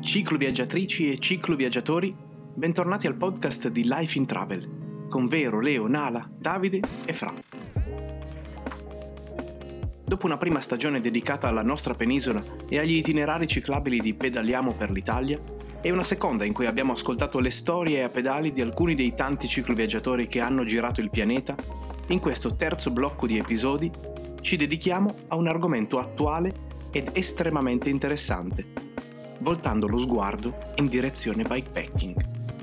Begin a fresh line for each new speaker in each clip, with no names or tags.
Cicloviaggiatrici e cicloviaggiatori, bentornati al podcast di Life in Travel, con Vero, Leo, Nala, Davide e Fra. Dopo una prima stagione dedicata alla nostra penisola e agli itinerari ciclabili di Pedaliamo per l'Italia, e una seconda in cui abbiamo ascoltato le storie a pedali di alcuni dei tanti cicloviaggiatori che hanno girato il pianeta, in questo terzo blocco di episodi ci dedichiamo a un argomento attuale ed estremamente interessante, voltando lo sguardo in direzione bikepacking.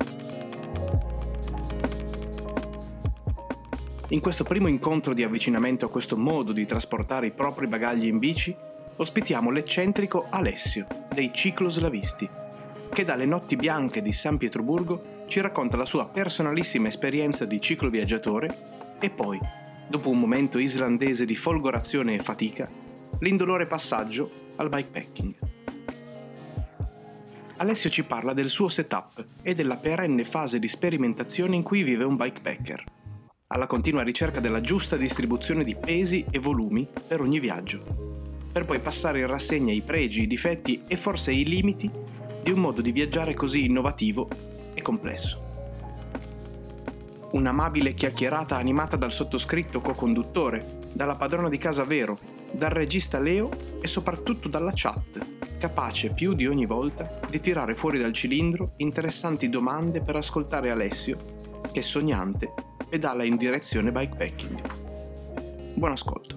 In questo primo incontro di avvicinamento a questo modo di trasportare i propri bagagli in bici, ospitiamo l'eccentrico Alessio dei Cicloslavisti, che dalle notti bianche di San Pietroburgo ci racconta la sua personalissima esperienza di cicloviaggiatore e poi, dopo un momento islandese di folgorazione e fatica, l'indolore passaggio al bikepacking. Alessio ci parla del suo setup e della perenne fase di sperimentazione in cui vive un bikepacker, alla continua ricerca della giusta distribuzione di pesi e volumi per ogni viaggio, per poi passare in rassegna i pregi, i difetti e forse i limiti di un modo di viaggiare così innovativo e complesso. Un'amabile chiacchierata animata dal sottoscritto co-conduttore, dalla padrona di casa Vero, dal regista Leo e soprattutto dalla chat, capace più di ogni volta di tirare fuori dal cilindro interessanti domande per ascoltare Alessio, che sognante pedala in direzione bikepacking. Buon ascolto.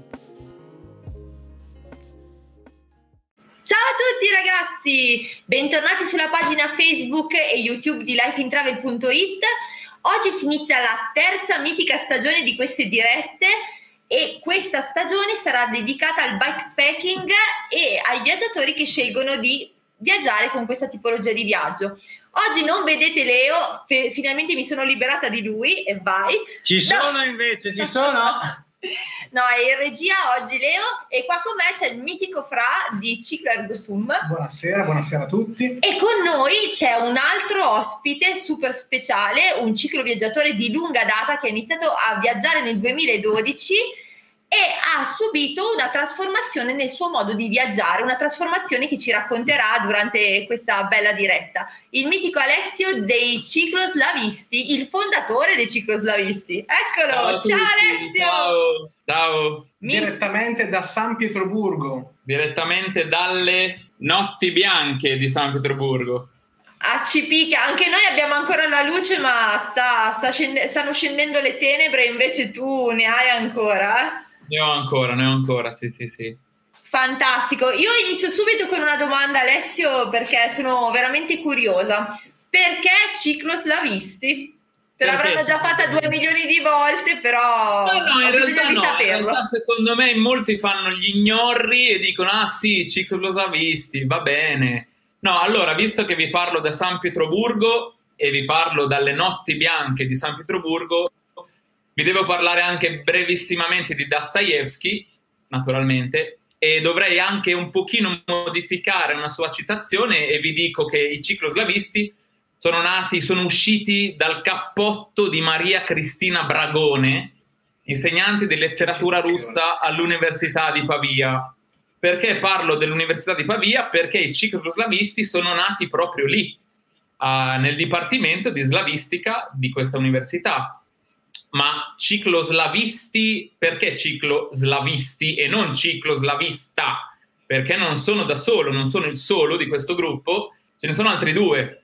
Ciao a tutti ragazzi, bentornati sulla pagina Facebook e YouTube di lifeintravel.it. Oggi si inizia la terza mitica stagione di queste dirette e questa stagione sarà dedicata al bikepacking e ai viaggiatori che scelgono di viaggiare con questa tipologia di viaggio. Oggi non vedete Leo, finalmente mi sono liberata di lui e vai.
Ci sono.
No, è in regia oggi Leo e qua con me c'è il mitico Fra di Ciclo Ergo Sum.
Buonasera a tutti.
E con noi c'è un altro ospite super speciale, un cicloviaggiatore di lunga data che ha iniziato a viaggiare nel 2012 e ha subito una trasformazione nel suo modo di viaggiare, una trasformazione che ci racconterà durante questa bella diretta. Il mitico Alessio dei Cicloslavisti, il fondatore dei Cicloslavisti. Eccolo, ciao Alessio!
Ciao!
Direttamente da San Pietroburgo.
Direttamente dalle notti bianche di San Pietroburgo.
Ci picchia, anche noi abbiamo ancora la luce ma stanno scendendo le tenebre, invece tu ne hai ancora?
Ne ho ancora, sì.
Fantastico, io inizio subito con una domanda Alessio perché sono veramente curiosa. Perché Cicloslavisti? Te l'avranno già fatta 2 milioni di volte, però
no, in realtà secondo me molti fanno gli ignorri e dicono ah sì, Cicloslavisti, va bene. No, allora, visto che vi parlo da San Pietroburgo e vi parlo dalle notti bianche di San Pietroburgo, vi devo parlare anche brevissimamente di Dostoevskij, naturalmente, e dovrei anche un pochino modificare una sua citazione e vi dico che i cicloslavisti sono usciti dal cappotto di Maria Cristina Bragone, insegnante di letteratura russa all'Università di Pavia. Perché parlo dell'Università di Pavia? Perché i cicloslavisti sono nati proprio lì, nel dipartimento di slavistica di questa università. Ma cicloslavisti, perché cicloslavisti e non cicloslavista? Perché non sono da solo, non sono il solo di questo gruppo, ce ne sono altri due.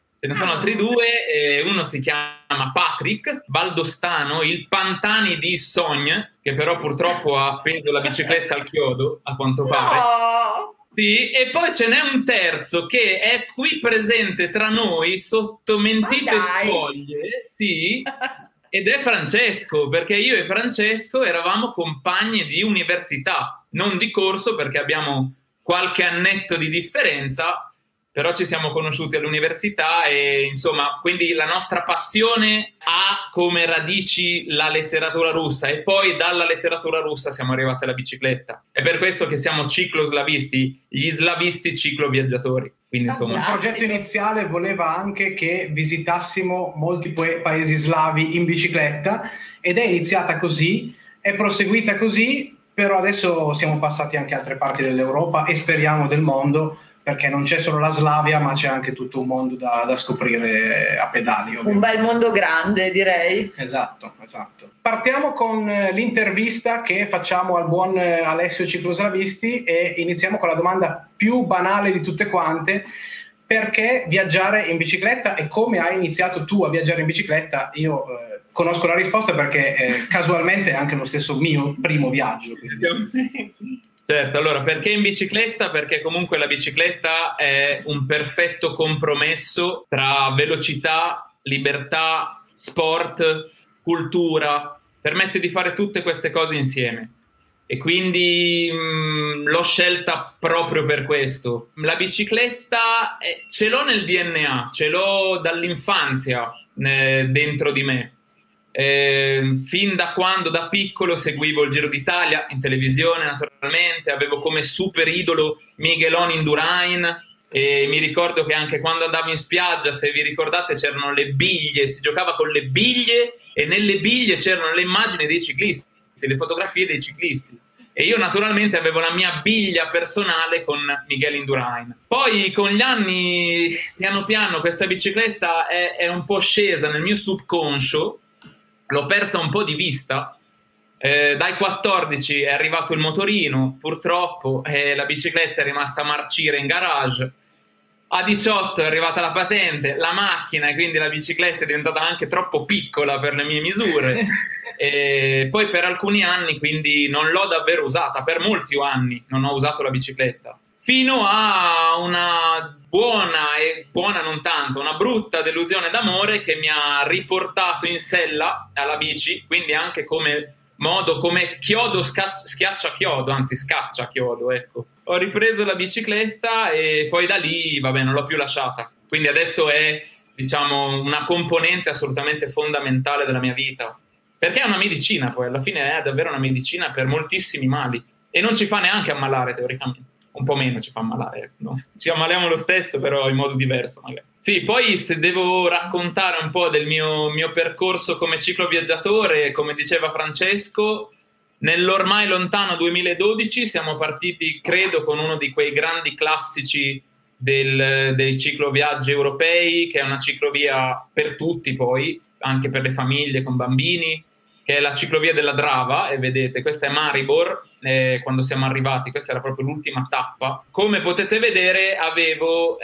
Uno si chiama Patrick Valdostano, il Pantani di Sogne, che però purtroppo ha appeso la bicicletta al chiodo, a quanto pare.
No.
Sì, e poi ce n'è un terzo che è qui presente tra noi sotto mentite spoglie, sì, ed è Francesco, perché io e Francesco eravamo compagni di università, non di corso perché abbiamo qualche annetto di differenza, però ci siamo conosciuti all'università e insomma, quindi la nostra passione ha come radici la letteratura russa e poi dalla letteratura russa siamo arrivati alla bicicletta. È per questo che siamo cicloslavisti, gli slavisti cicloviaggiatori. Quindi insomma,
il progetto iniziale voleva anche che visitassimo molti paesi slavi in bicicletta ed è iniziata così, è proseguita così, però adesso siamo passati anche a altre parti dell'Europa e speriamo del mondo, perché non c'è solo la Slavia, ma c'è anche tutto un mondo da scoprire a pedali. Ovviamente.
Un bel mondo grande, direi.
Esatto. Partiamo con l'intervista che facciamo al buon Alessio Cicloslavisti e iniziamo con la domanda più banale di tutte quante: perché viaggiare in bicicletta e come hai iniziato tu a viaggiare in bicicletta? Io conosco la risposta perché casualmente è anche lo stesso mio primo viaggio.
Certo, allora perché in bicicletta? Perché comunque la bicicletta è un perfetto compromesso tra velocità, libertà, sport, cultura, permette di fare tutte queste cose insieme. E quindi l'ho scelta proprio per questo. La bicicletta ce l'ho nel DNA, ce l'ho dall'infanzia dentro di me. Fin da quando da piccolo seguivo il Giro d'Italia in televisione, naturalmente avevo come super idolo Miguelón Indurain, e mi ricordo che anche quando andavo in spiaggia, se vi ricordate, c'erano le biglie, si giocava con le biglie e nelle biglie c'erano le immagini dei ciclisti, le fotografie dei ciclisti, e io naturalmente avevo la mia biglia personale con Miguel Indurain. Poi con gli anni, piano piano, questa bicicletta è un po' scesa nel mio subconscio, l'ho persa un po' di vista. Dai 14 è arrivato il motorino, purtroppo la bicicletta è rimasta a marcire in garage. A 18 è arrivata la patente, la macchina, e quindi la bicicletta è diventata anche troppo piccola per le mie misure. E poi per alcuni anni quindi non l'ho davvero usata, per molti anni non ho usato la bicicletta, fino a una buona non tanto, una brutta delusione d'amore che mi ha riportato in sella alla bici, quindi anche come modo, come chiodo schiaccia chiodo, anzi scaccia chiodo, ecco. Ho ripreso la bicicletta e poi da lì, vabbè, non l'ho più lasciata. Quindi adesso è, diciamo, una componente assolutamente fondamentale della mia vita. Perché è una medicina, poi, alla fine è davvero una medicina per moltissimi mali. E non ci fa neanche ammalare, teoricamente. Un po' meno ci fa ammalare, no? Ci ammaliamo lo stesso, però in modo diverso, magari. Sì, poi se devo raccontare un po' del mio percorso come cicloviaggiatore, come diceva Francesco, nell'ormai lontano 2012 siamo partiti, credo, con uno di quei grandi classici dei cicloviaggi europei, che è una ciclovia per tutti poi, anche per le famiglie con bambini, che è la ciclovia della Drava, e vedete, questa è Maribor, quando siamo arrivati, questa era proprio l'ultima tappa. Come potete vedere avevo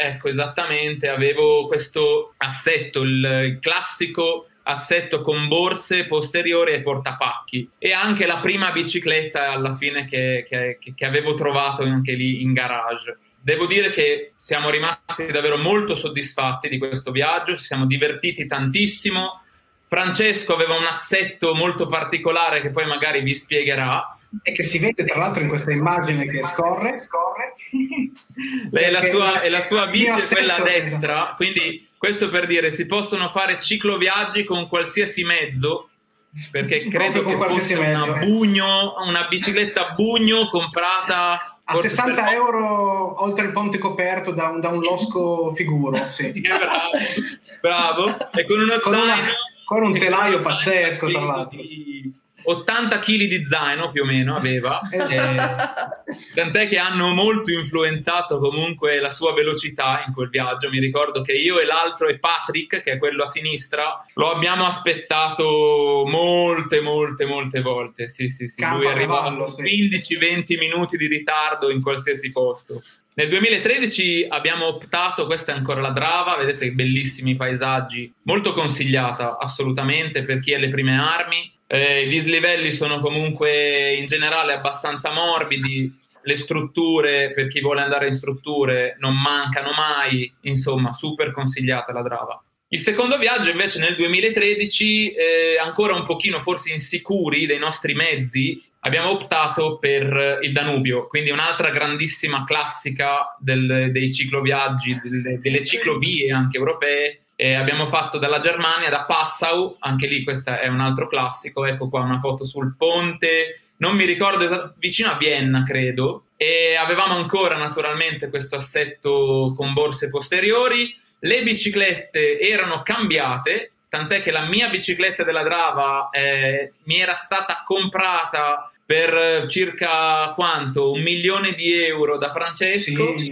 questo assetto, il classico assetto con borse posteriori e portapacchi, e anche la prima bicicletta alla fine che avevo trovato anche lì in garage. Devo dire che siamo rimasti davvero molto soddisfatti di questo viaggio, ci siamo divertiti tantissimo. Francesco aveva un assetto molto particolare che poi magari vi spiegherà.
E che si vede tra l'altro in questa immagine che scorre.
È la sua bici, è quella a destra, quindi questo per dire si possono fare cicloviaggi con qualsiasi mezzo, perché credo che fosse una bicicletta Bugno comprata
a 60 euro oltre il ponte coperto da un losco figuro. Sì.
Bravo. E con uno zaino,
con un telaio pazzesco, tra l'altro.
80 kg di zaino più o meno aveva, tant'è che hanno molto influenzato comunque la sua velocità in quel viaggio. Mi ricordo che io e l'altro, e Patrick, che è quello a sinistra, lo abbiamo aspettato molte volte. Sì. Lui arrivava con 15-20 minuti di ritardo in qualsiasi posto. Nel 2013 abbiamo optato, questa è ancora la Drava, vedete che bellissimi paesaggi, molto consigliata assolutamente per chi ha le prime armi. I dislivelli sono comunque in generale abbastanza morbidi, le strutture, per chi vuole andare in strutture, non mancano mai, insomma super consigliata la Drava. Il secondo viaggio invece nel 2013, ancora un pochino forse insicuri dei nostri mezzi, abbiamo optato per il Danubio, quindi un'altra grandissima classica dei cicloviaggi, delle ciclovie anche europee. Abbiamo fatto dalla Germania, da Passau, anche lì questo è un altro classico, ecco qua una foto sul ponte, non mi ricordo vicino a Vienna credo, e avevamo ancora naturalmente questo assetto con borse posteriori. Le biciclette erano cambiate, tant'è che la mia bicicletta della Drava mi era stata comprata per circa quanto? 1 milione di euro da Francesco?
Sì.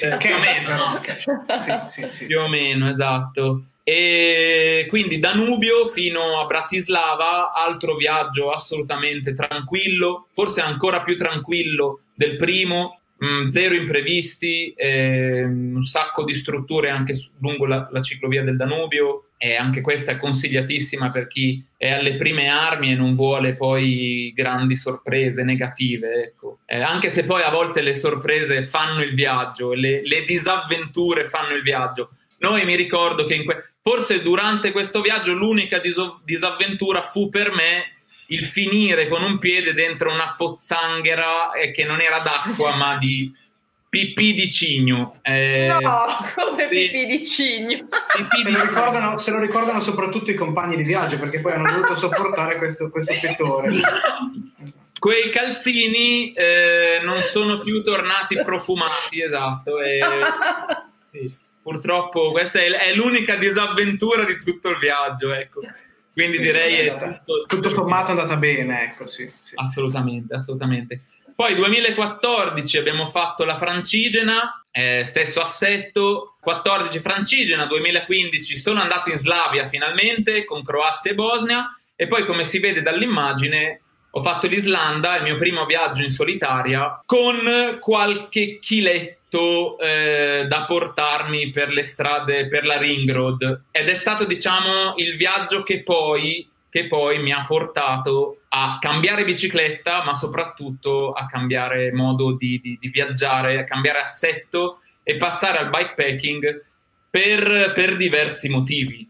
Più o meno, esatto. E quindi Danubio fino a Bratislava, altro viaggio assolutamente tranquillo, forse ancora più tranquillo del primo, zero imprevisti, un sacco di strutture anche lungo la ciclovia del Danubio, e anche questa è consigliatissima per chi è alle prime armi e non vuole poi grandi sorprese negative, ecco. Anche se poi a volte le sorprese fanno il viaggio, le disavventure fanno il viaggio. Noi mi ricordo che forse durante questo viaggio l'unica disavventura fu per me il finire con un piede dentro una pozzanghera che non era d'acqua ma di pipì di cigno.
No, come sì. Pipì di cigno.
Se lo ricordano soprattutto i compagni di viaggio, perché poi hanno dovuto sopportare questo fettore.
Quei calzini non sono più tornati profumati, esatto. Sì. Purtroppo questa è l'unica disavventura di tutto il viaggio, ecco. Quindi direi
tutto sommato è andata bene, ecco, sì.
Assolutamente. Poi 2014 abbiamo fatto la Francigena, stesso assetto, 14 Francigena, 2015 sono andato in Slavia finalmente con Croazia e Bosnia, e poi come si vede dall'immagine ho fatto l'Islanda, il mio primo viaggio in solitaria, con qualche chiletto da portarmi per le strade, per la Ring Road, ed è stato, diciamo, il viaggio che poi mi ha portato a cambiare bicicletta, ma soprattutto a cambiare modo di viaggiare, a cambiare assetto e passare al bikepacking per diversi motivi.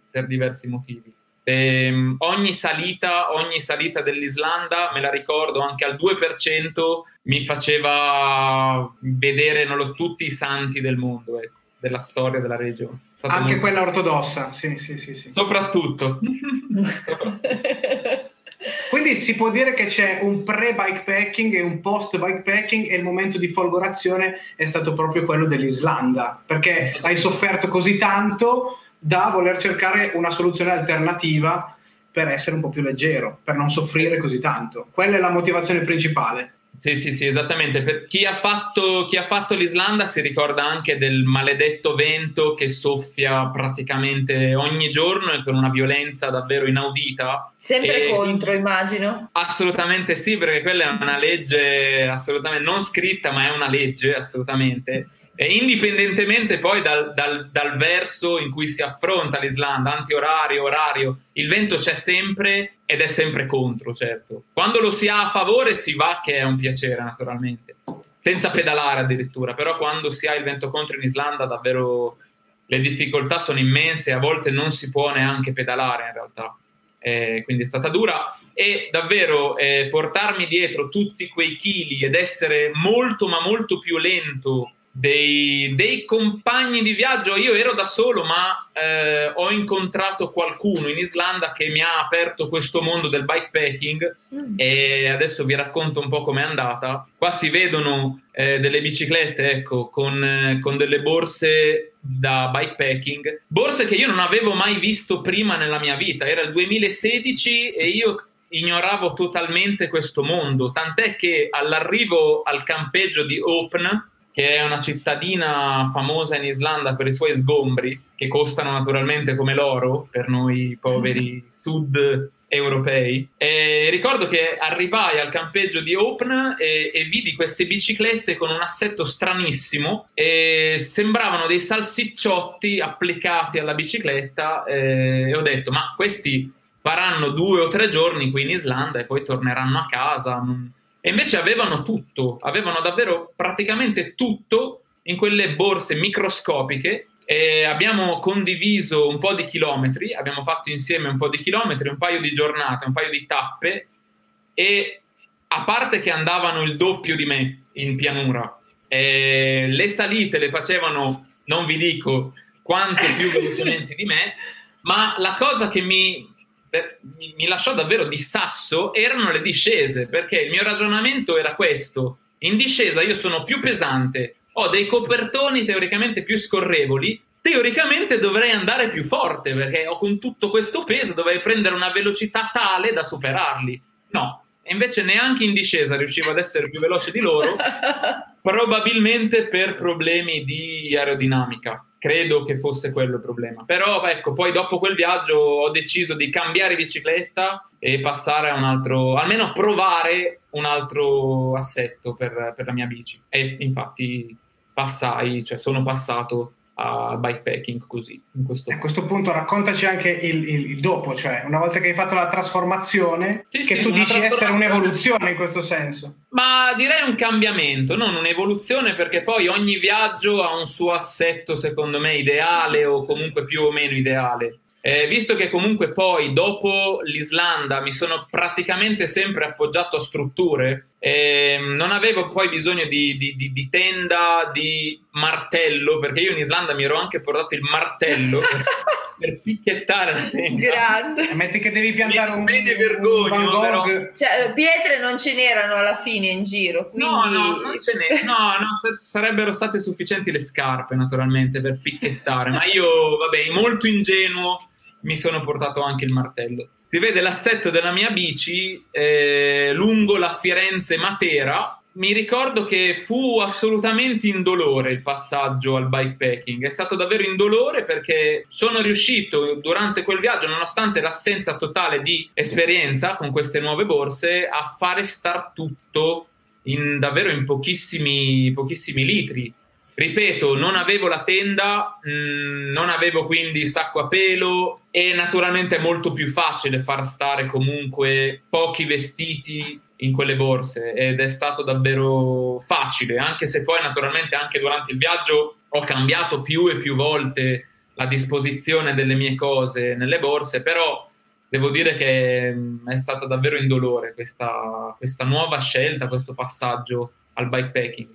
Ogni salita dell'Islanda, me la ricordo anche al 2%, mi faceva vedere tutti i santi del mondo, della storia della regione.
Anche quella ortodossa, sì.
Soprattutto.
Quindi si può dire che c'è un pre-bikepacking e un post-bikepacking, e il momento di folgorazione è stato proprio quello dell'Islanda, perché hai sofferto così tanto da voler cercare una soluzione alternativa per essere un po' più leggero, per non soffrire così tanto. Quella è la motivazione principale.
Sì, esattamente. Per chi ha fatto l'Islanda si ricorda anche del maledetto vento che soffia praticamente ogni giorno e con una violenza davvero inaudita.
Sempre contro, immagino.
Assolutamente sì, perché quella è una legge assolutamente non scritta, ma è una legge, assolutamente. E indipendentemente poi dal verso in cui si affronta l'Islanda, antiorario, orario, il vento c'è sempre ed è sempre contro, certo. Quando lo si ha a favore si va, che è un piacere naturalmente, senza pedalare addirittura, però quando si ha il vento contro in Islanda davvero le difficoltà sono immense, a volte non si può neanche pedalare in realtà, quindi è stata dura. E davvero portarmi dietro tutti quei chili ed essere molto ma molto più lento dei compagni di viaggio. Io ero da solo, ma ho incontrato qualcuno in Islanda che mi ha aperto questo mondo del bikepacking, e adesso vi racconto un po' com'è andata. Qua si vedono delle biciclette, ecco, con delle borse da bikepacking, borse che io non avevo mai visto prima nella mia vita. Era il 2016 e io ignoravo totalmente questo mondo, tant'è che all'arrivo al campeggio di Hopen, che è una cittadina famosa in Islanda per i suoi sgombri, che costano naturalmente come l'oro per noi poveri sud europei. E ricordo che arrivai al campeggio di Hopen e vidi queste biciclette con un assetto stranissimo, e sembravano dei salsicciotti applicati alla bicicletta, e ho detto, ma questi faranno 2 o 3 giorni qui in Islanda e poi torneranno a casa. E invece avevano tutto, avevano davvero praticamente tutto in quelle borse microscopiche, e abbiamo condiviso un po' di chilometri, abbiamo fatto insieme un po' di chilometri, un paio di giornate, un paio di tappe, e a parte che andavano il doppio di me in pianura, le salite le facevano, non vi dico quanto più velocemente di me, ma la cosa che mi lasciò davvero di sasso erano le discese, perché il mio ragionamento era questo: in discesa io sono più pesante, ho dei copertoni teoricamente più scorrevoli, teoricamente dovrei andare più forte, perché con tutto questo peso dovrei prendere una velocità tale da superarli. No, e invece neanche in discesa riuscivo ad essere più veloce di loro, probabilmente per problemi di aerodinamica. Credo che fosse quello il problema. Però ecco, poi dopo quel viaggio ho deciso di cambiare bicicletta e passare a un altro, almeno provare un altro assetto per la mia bici. E infatti sono passato al bikepacking così.
A questo punto raccontaci anche il dopo, cioè una volta che hai fatto la trasformazione, tu dici essere un'evoluzione in questo senso.
Ma direi un cambiamento, non un'evoluzione, perché poi ogni viaggio ha un suo assetto secondo me ideale o comunque più o meno ideale. Visto che comunque poi dopo l'Islanda mi sono praticamente sempre appoggiato a strutture, non avevo poi bisogno di tenda, di martello, perché io in Islanda mi ero anche portato il martello per picchiettare la tenda.
Grande.
Metti che devi piantare un
vergogno, però. Cioè, pietre non ce n'erano alla fine in giro, quindi...
No, non ce n'erano. Sarebbero state sufficienti le scarpe naturalmente per picchiettare, ma io, vabbè, molto ingenuo, mi sono portato anche il martello. Si vede l'assetto della mia bici lungo la Firenze-Matera. Mi ricordo che fu assolutamente indolore il passaggio al bikepacking. È stato davvero indolore perché sono riuscito durante quel viaggio, nonostante l'assenza totale di esperienza con queste nuove borse, a fare star tutto davvero in pochissimi litri. Ripeto, non avevo la tenda, non avevo quindi sacco a pelo e naturalmente è molto più facile far stare comunque pochi vestiti in quelle borse ed è stato davvero facile, anche se poi naturalmente anche durante il viaggio ho cambiato più e più volte la disposizione delle mie cose nelle borse, però devo dire che è stata davvero indolore questa nuova scelta, questo passaggio al bikepacking.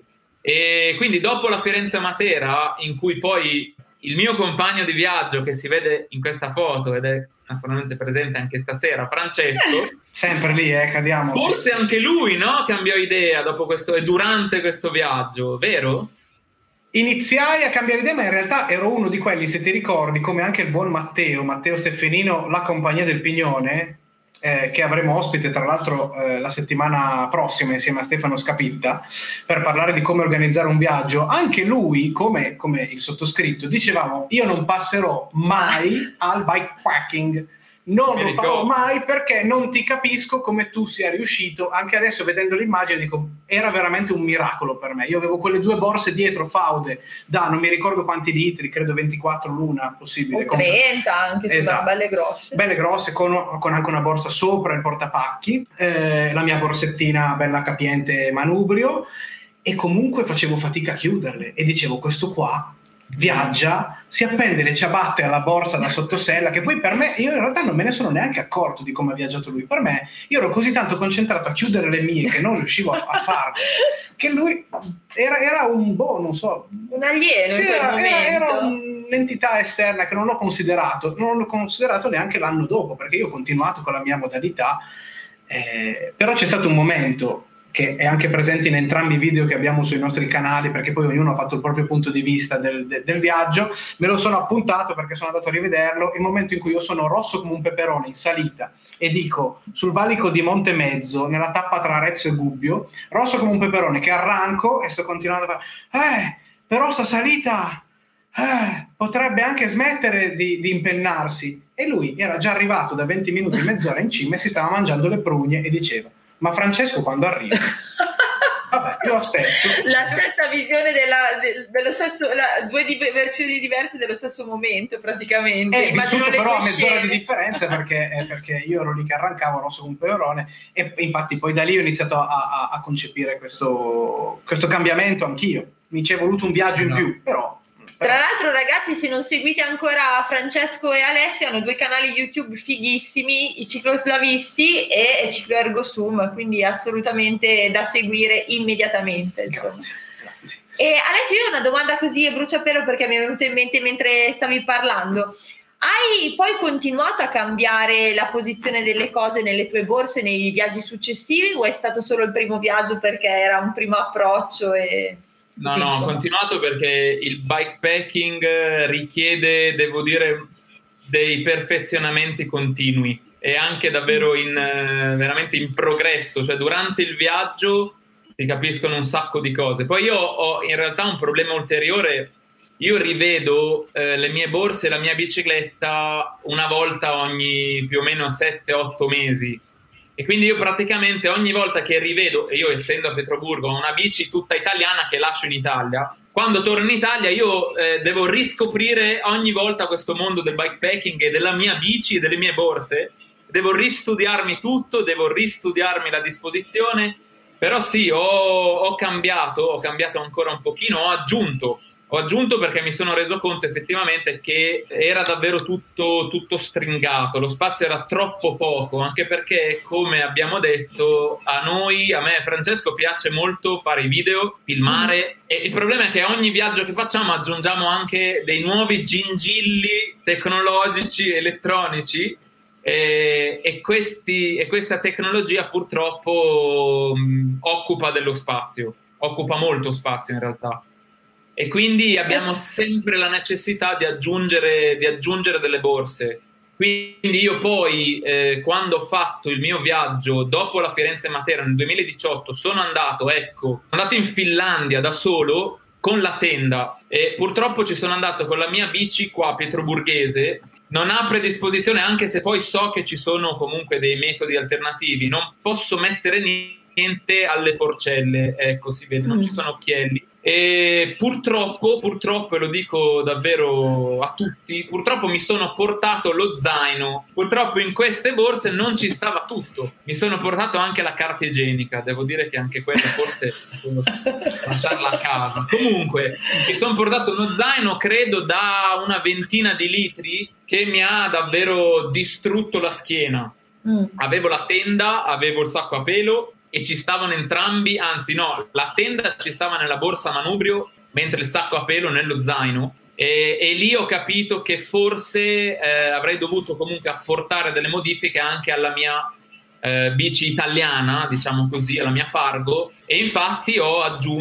E quindi dopo la Firenze-Matera, in cui poi il mio compagno di viaggio, che si vede in questa foto ed è naturalmente presente anche stasera, Francesco,
sempre lì, cadiamo.
Forse anche lui, no? Cambiò idea dopo questo e durante questo viaggio, vero?
Iniziai a cambiare idea, ma in realtà ero uno di quelli, se ti ricordi, come anche il buon Matteo Steffenino, la compagnia del Pignone, che avremo ospite tra l'altro la settimana prossima insieme a Stefano Scapitta per parlare di come organizzare un viaggio. Anche lui, come il sottoscritto, dicevamo: io non passerò mai al bikepacking, non lo farò mai perché non ti capisco come tu sia riuscito. Anche adesso vedendo l'immagine dico, era veramente un miracolo per me. Io avevo quelle 2 borse dietro faude da non mi ricordo quanti litri, credo 24 l'una, possibile,
o 30 anche, esatto. Belle grosse con anche una borsa sopra il portapacchi, la mia borsettina bella capiente manubrio, e comunque facevo fatica a chiuderle e dicevo: questo qua viaggia, si appende le ciabatte alla borsa da sottosella, che poi per me, io in realtà non me ne sono neanche accorto di come ha viaggiato lui. Per me, io ero così tanto concentrato a chiudere le mie che non riuscivo a farlo, che lui era un non so, un alieno,
sì, era un'entità esterna che non l'ho considerato neanche l'anno dopo, perché io ho continuato con la mia modalità, però c'è stato un momento che è anche presente in entrambi i video che abbiamo sui nostri canali, perché poi ognuno ha fatto il proprio punto di vista del viaggio. Me lo sono appuntato perché sono andato a rivederlo. Il momento in cui io sono rosso come un peperone in salita e dico, sul valico di Monte Mezzo, nella tappa tra Arezzo e Gubbio, rosso come un peperone, che arranco e sto continuando a fare però sta salita potrebbe anche smettere di impennarsi. E lui era già arrivato da 20 minuti, mezz'ora in cima, e si stava mangiando le prugne e diceva: ma Francesco quando arriva? Vabbè, io aspetto.
La stessa visione dello stesso, due versioni diverse dello stesso momento praticamente.
Vissuto però a mezz'ora di differenza perché io ero lì che arrancavo rosso come un peperone, e infatti poi da lì ho iniziato a concepire questo cambiamento anch'io. Mi ci è voluto un viaggio in più, però.
Tra l'altro, ragazzi, se non seguite ancora Francesco e Alessio, hanno 2 canali YouTube fighissimi, i Cicloslavisti e Ciclo Ergo Sum, quindi assolutamente da seguire immediatamente.
Grazie.
E Alessio, io ho una domanda così a bruciapelo, perché mi è venuta in mente mentre stavi parlando. Hai poi continuato a cambiare la posizione delle cose nelle tue borse nei viaggi successivi, o è stato solo il primo viaggio perché era un primo approccio?
No, ho continuato perché il bikepacking richiede, devo dire, dei perfezionamenti continui. è anche davvero veramente in progresso, cioè durante il viaggio si capiscono un sacco di cose. Poi io ho in realtà un problema ulteriore, io rivedo le mie borse e la mia bicicletta una volta ogni più o meno 7-8 mesi, e quindi io praticamente ogni volta che rivedo, e io essendo a Pietroburgo ho una bici tutta italiana che lascio in Italia, quando torno in Italia io devo riscoprire ogni volta questo mondo del bikepacking e della mia bici e delle mie borse, devo ristudiarmi tutto, devo ristudiarmi la disposizione. Però sì, ho cambiato ancora un pochino, ho aggiunto perché mi sono reso conto effettivamente che era davvero tutto stringato, lo spazio era troppo poco, anche perché, come abbiamo detto, a me e Francesco piace molto fare i video, filmare, e il problema è che a ogni viaggio che facciamo aggiungiamo anche dei nuovi gingilli tecnologici, elettronici, e questa tecnologia purtroppo occupa dello spazio, occupa molto spazio in realtà, e quindi abbiamo sempre la necessità di aggiungere delle borse. Quindi io poi quando ho fatto il mio viaggio dopo la Firenze-Matera nel 2018 sono andato in Finlandia da solo con la tenda, e purtroppo ci sono andato con la mia bici qua pietroburghese. Non ha predisposizione, anche se poi so che ci sono comunque dei metodi alternativi, non posso mettere niente alle forcelle, ecco, si vede, non ci sono occhielli. E purtroppo, e lo dico davvero a tutti, purtroppo mi sono portato lo zaino, purtroppo in queste borse non ci stava tutto, mi sono portato anche la carta igienica, devo dire che anche quella forse devo lasciarla a casa. Comunque mi sono portato uno zaino credo da una ventina di litri che mi ha davvero distrutto la schiena. Avevo la tenda, avevo il sacco a pelo e ci stavano entrambi, anzi no, la tenda ci stava nella borsa manubrio mentre il sacco a pelo nello zaino, e lì ho capito che forse avrei dovuto comunque apportare delle modifiche anche alla mia bici italiana, diciamo così, alla mia Fargo, e infatti ho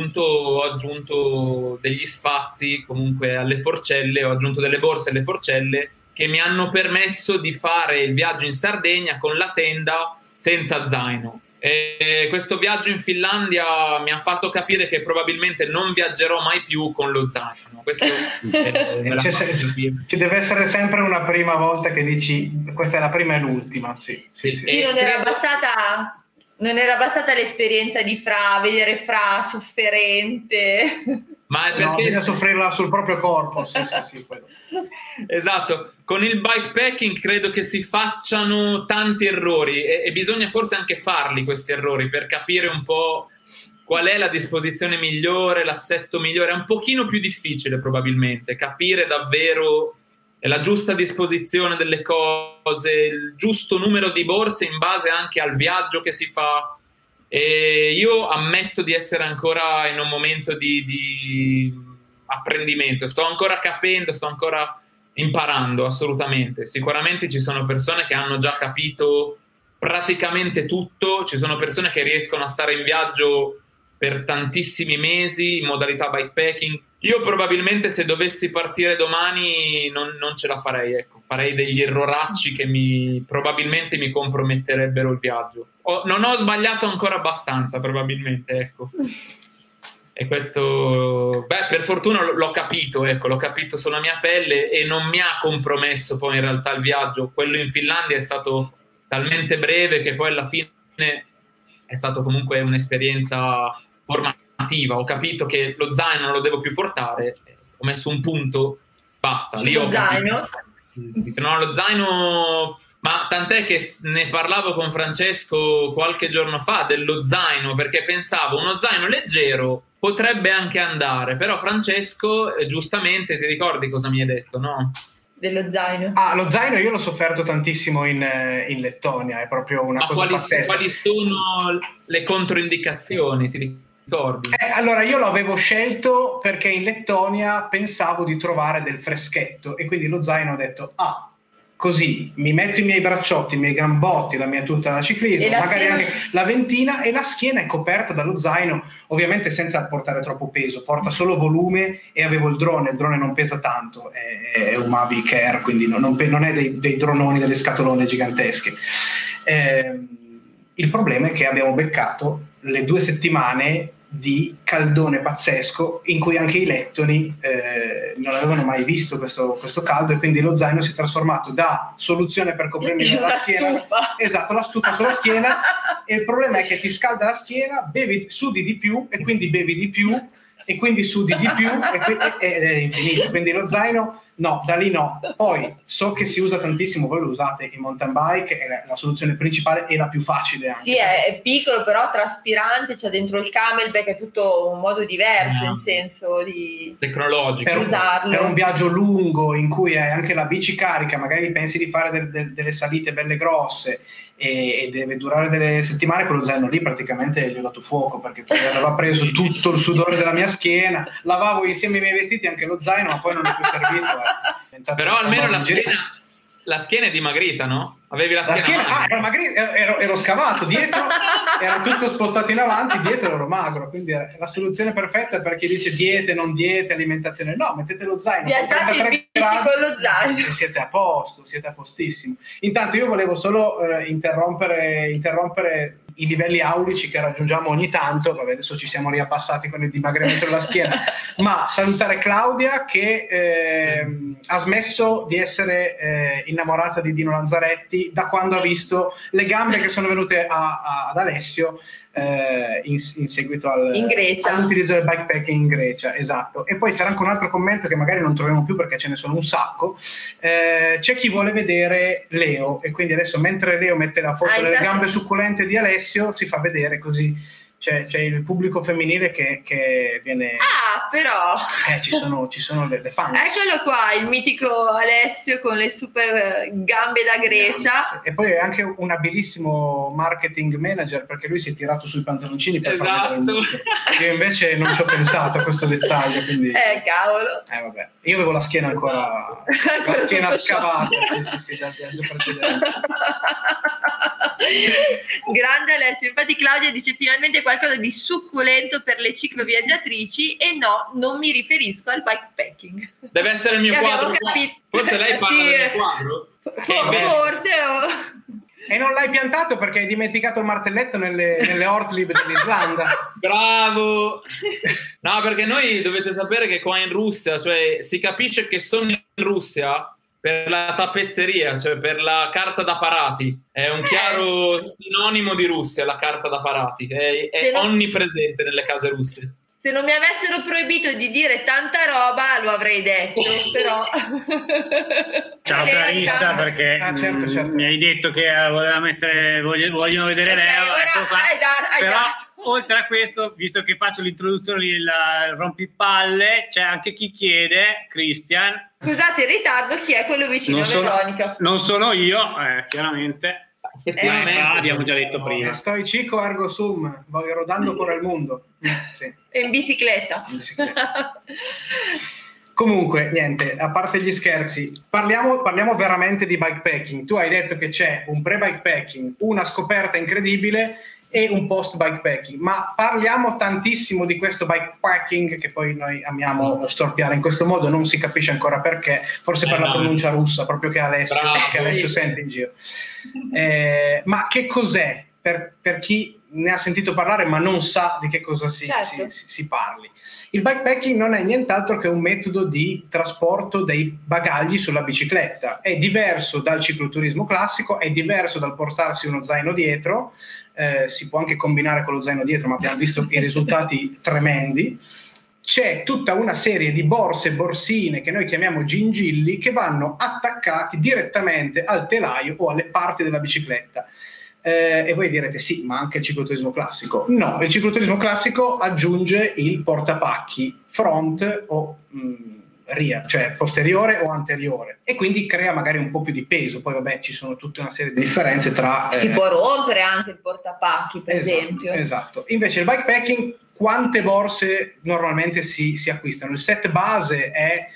aggiunto degli spazi comunque alle forcelle, ho aggiunto delle borse alle forcelle che mi hanno permesso di fare il viaggio in Sardegna con la tenda senza zaino. E questo viaggio in Finlandia mi ha fatto capire che probabilmente non viaggerò mai più con lo zaino. Questo
ci deve essere sempre una prima volta che dici questa è la prima e l'ultima. Sì.
Non era bastata l'esperienza di vedere Fra sofferente.
Ma è perché bisogna soffrirla sul proprio corpo. Sì, quello.
Esatto, con il bikepacking credo che si facciano tanti errori e bisogna forse anche farli questi errori per capire un po' qual è la disposizione migliore, l'assetto migliore. È un pochino più difficile probabilmente capire davvero la giusta disposizione delle cose, il giusto numero di borse in base anche al viaggio che si fa. E io ammetto di essere ancora in un momento di apprendimento, sto ancora capendo, sto ancora imparando, assolutamente. Sicuramente ci sono persone che hanno già capito praticamente tutto, ci sono persone che riescono a stare in viaggio per tantissimi mesi in modalità bikepacking. Io probabilmente se dovessi partire domani non ce la farei, ecco. Farei degli erroracci che probabilmente mi comprometterebbero il viaggio. Non ho sbagliato ancora abbastanza, probabilmente, ecco. E questo, per fortuna l'ho capito, ecco, l'ho capito sulla mia pelle e non mi ha compromesso poi in realtà il viaggio. Quello in Finlandia è stato talmente breve che poi alla fine è stato comunque un'esperienza formativa. Ho capito che lo zaino non lo devo più portare, ho messo un punto, basta.
Lì lo zaino?
Sì, se no lo zaino, ma tant'è che ne parlavo con Francesco qualche giorno fa dello zaino, perché pensavo uno zaino leggero potrebbe anche andare, però Francesco giustamente, ti ricordi cosa mi hai detto, no?
Dello zaino?
Lo zaino io l'ho sofferto tantissimo in Lettonia, è proprio una cosa pazzesca.
Quali sono le controindicazioni, ti ricordi?
Allora io l'avevo scelto perché in Lettonia pensavo di trovare del freschetto e quindi lo zaino ho detto così mi metto i miei bracciotti, i miei gambotti, la mia tuta da ciclismo, magari anche la ventina, e la schiena è coperta dallo zaino, ovviamente senza portare troppo peso, porta solo volume, e avevo il drone non pesa tanto, è un Mavic Air, quindi non è dei drononi, delle scatolone gigantesche. Il problema è che abbiamo beccato le 2 settimane di caldone pazzesco, in cui anche i lettoni non avevano mai visto questo caldo, e quindi lo zaino si è trasformato da soluzione per coprirmi la schiena, esatto, la stufa sulla schiena, e il problema è che ti scalda la schiena, sudi di più, e quindi bevi di più, e quindi sudi di più, ed è infinito. Quindi lo zaino no, da lì no. Poi so che si usa tantissimo, voi lo usate in mountain bike, è la soluzione principale e la più facile anche.
Sì, è piccolo, però traspirante, c'è dentro il camelback, è tutto un modo diverso, in senso di
tecnologico,
per usarlo.
Per un viaggio lungo in cui hai anche la bici carica, magari pensi di fare delle salite belle grosse e deve durare delle settimane, quello zaino lì praticamente gli ho dato fuoco, perché poi aveva preso tutto il sudore della mia schiena, lavavo insieme ai miei vestiti anche lo zaino, ma poi non è più servito.
Però almeno la schiena è dimagrita, no? Avevi la schiena
ero scavato dietro, era tutto spostato in avanti, dietro ero magro, quindi è la soluzione perfetta per chi dice diete, non diete, alimentazione. No, mettete lo zaino,
viaggiate in bici con lo zaino
e siete a posto, siete a postissimo. Intanto io volevo solo interrompere i livelli aulici che raggiungiamo ogni tanto. Vabbè, adesso ci siamo riabbassati con il dimagrimento della schiena, ma salutare Claudia, che ha smesso di essere innamorata di Dino Lanzaretti da quando ha visto le gambe che sono venute ad Alessio in seguito all'utilizzo del bikepacking in Grecia. Esatto. E poi c'era anche un altro commento che magari non troviamo più perché ce ne sono un sacco. C'è chi vuole vedere Leo, e quindi adesso, mentre Leo mette la foto delle gambe succulente di Alessio, si fa vedere così. C'è il pubblico femminile che viene.
Però
ci sono le fan.
Eccolo qua, il mitico Alessio con le super gambe da Grecia.
E poi è anche un abilissimo marketing manager, perché lui si è tirato sui pantaloncini per far vedere il muscolo. Io invece non ci ho pensato a questo dettaglio, quindi
cavolo.
Vabbè. Io avevo la schiena ancora la schiena scavata sì, dal viaggio precedente.
Grande Alessio. Infatti Claudia dice finalmente qualcosa di succulento per le cicloviaggiatrici, e no, non mi riferisco al bikepacking.
Deve essere il mio quadro. Forse lei parla del mio quadro?
Forse.
E non l'hai piantato perché hai dimenticato il martelletto nelle Ortlieb dell'Islanda.
Bravo! No, perché noi dovete sapere che qua in Russia, cioè si capisce che sono in Russia per la tappezzeria, cioè per la carta da parati. È un chiaro sinonimo di Russia, la carta da parati. È onnipresente nelle case russe.
Se non mi avessero proibito di dire tanta roba lo avrei detto, però.
Ciao Clarissa, perché
certo.
mi hai detto che vogliono vedere Leo. Però oltre a questo, visto che faccio l'introduzione del rompipalle, c'è anche chi chiede, Christian.
Scusate il ritardo, chi è quello vicino a Veronica?
Non sono io, chiaramente. Abbiamo già detto prima.
Stoi cico ergo sum, voglio rodando por il mondo. Sì.
E in bicicletta.
Comunque, niente, a parte gli scherzi, parliamo veramente di bikepacking. Tu hai detto che c'è un pre-bikepacking, una scoperta incredibile e un post-bikepacking, ma parliamo tantissimo di questo bikepacking che poi noi amiamo storpiare in questo modo, non si capisce ancora perché, forse per la pronuncia russa, proprio che Alessio sente in giro. Ma che cos'è per chi ne ha sentito parlare ma non sa di che cosa si parli? Il bikepacking non è nient'altro che un metodo di trasporto dei bagagli sulla bicicletta. È diverso dal cicloturismo classico, è diverso dal portarsi uno zaino dietro, si può anche combinare con lo zaino dietro, ma abbiamo visto i risultati tremendi. C'è tutta una serie di borse e borsine che noi chiamiamo gingilli, che vanno attaccati direttamente al telaio o alle parti della bicicletta. E voi direte sì, ma anche il cicloturismo classico. No, il cicloturismo classico aggiunge il portapacchi front o rear, cioè posteriore o anteriore, e quindi crea magari un po' più di peso. Poi vabbè, ci sono tutta una serie di differenze tra
si può rompere anche il portapacchi, per esempio.
Esatto. Invece il bikepacking, quante borse normalmente si acquistano? Il set base è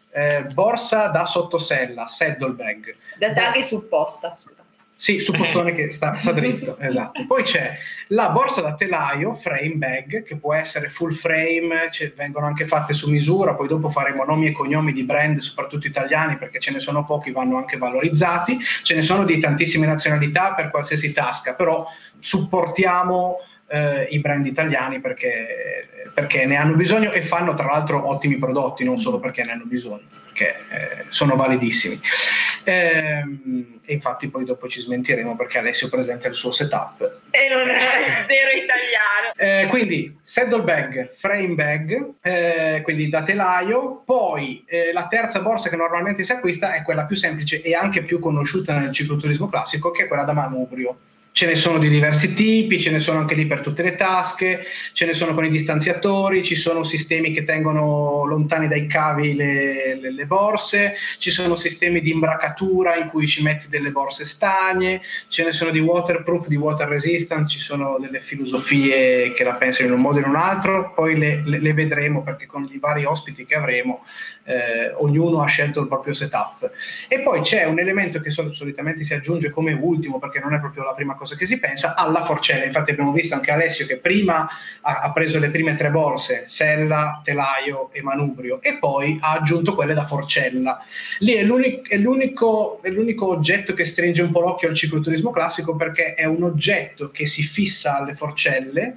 borsa da sottosella, saddle bag.
Data anche supposta.
Sì, suppostone che sta dritto, esatto. Poi c'è la borsa da telaio, frame bag, che può essere full frame, vengono anche fatte su misura, poi dopo faremo nomi e cognomi di brand, soprattutto italiani, perché ce ne sono pochi, vanno anche valorizzati, ce ne sono di tantissime nazionalità per qualsiasi tasca, però supportiamo i brand italiani perché ne hanno bisogno e fanno tra l'altro ottimi prodotti, non solo perché ne hanno bisogno, perché sono validissimi. E infatti poi dopo ci smentiremo perché Alessio presenta il suo setup
e non è zero italiano.
Quindi saddle bag, frame bag, quindi da telaio. Poi la terza borsa che normalmente si acquista è quella più semplice e anche più conosciuta nel cicloturismo classico, che è quella da manubrio. Ce ne sono di diversi tipi, ce ne sono anche lì per tutte le tasche, ce ne sono con i distanziatori, ci sono sistemi che tengono lontani dai cavi le borse, ci sono sistemi di imbracatura in cui ci metti delle borse stagne, ce ne sono di waterproof, di water resistant, ci sono delle filosofie che la pensano in un modo e in un altro, poi le vedremo perché con i vari ospiti che avremo ognuno ha scelto il proprio setup. E poi c'è un elemento che solitamente si aggiunge come ultimo, perché non è proprio la prima cosa che si pensa, alla forcella. Infatti abbiamo visto anche Alessio che prima ha preso le prime tre borse, sella, telaio e manubrio, e poi ha aggiunto quelle da forcella. Lì è l'unico oggetto che stringe un po' l'occhio al cicloturismo classico, perché è un oggetto che si fissa alle forcelle.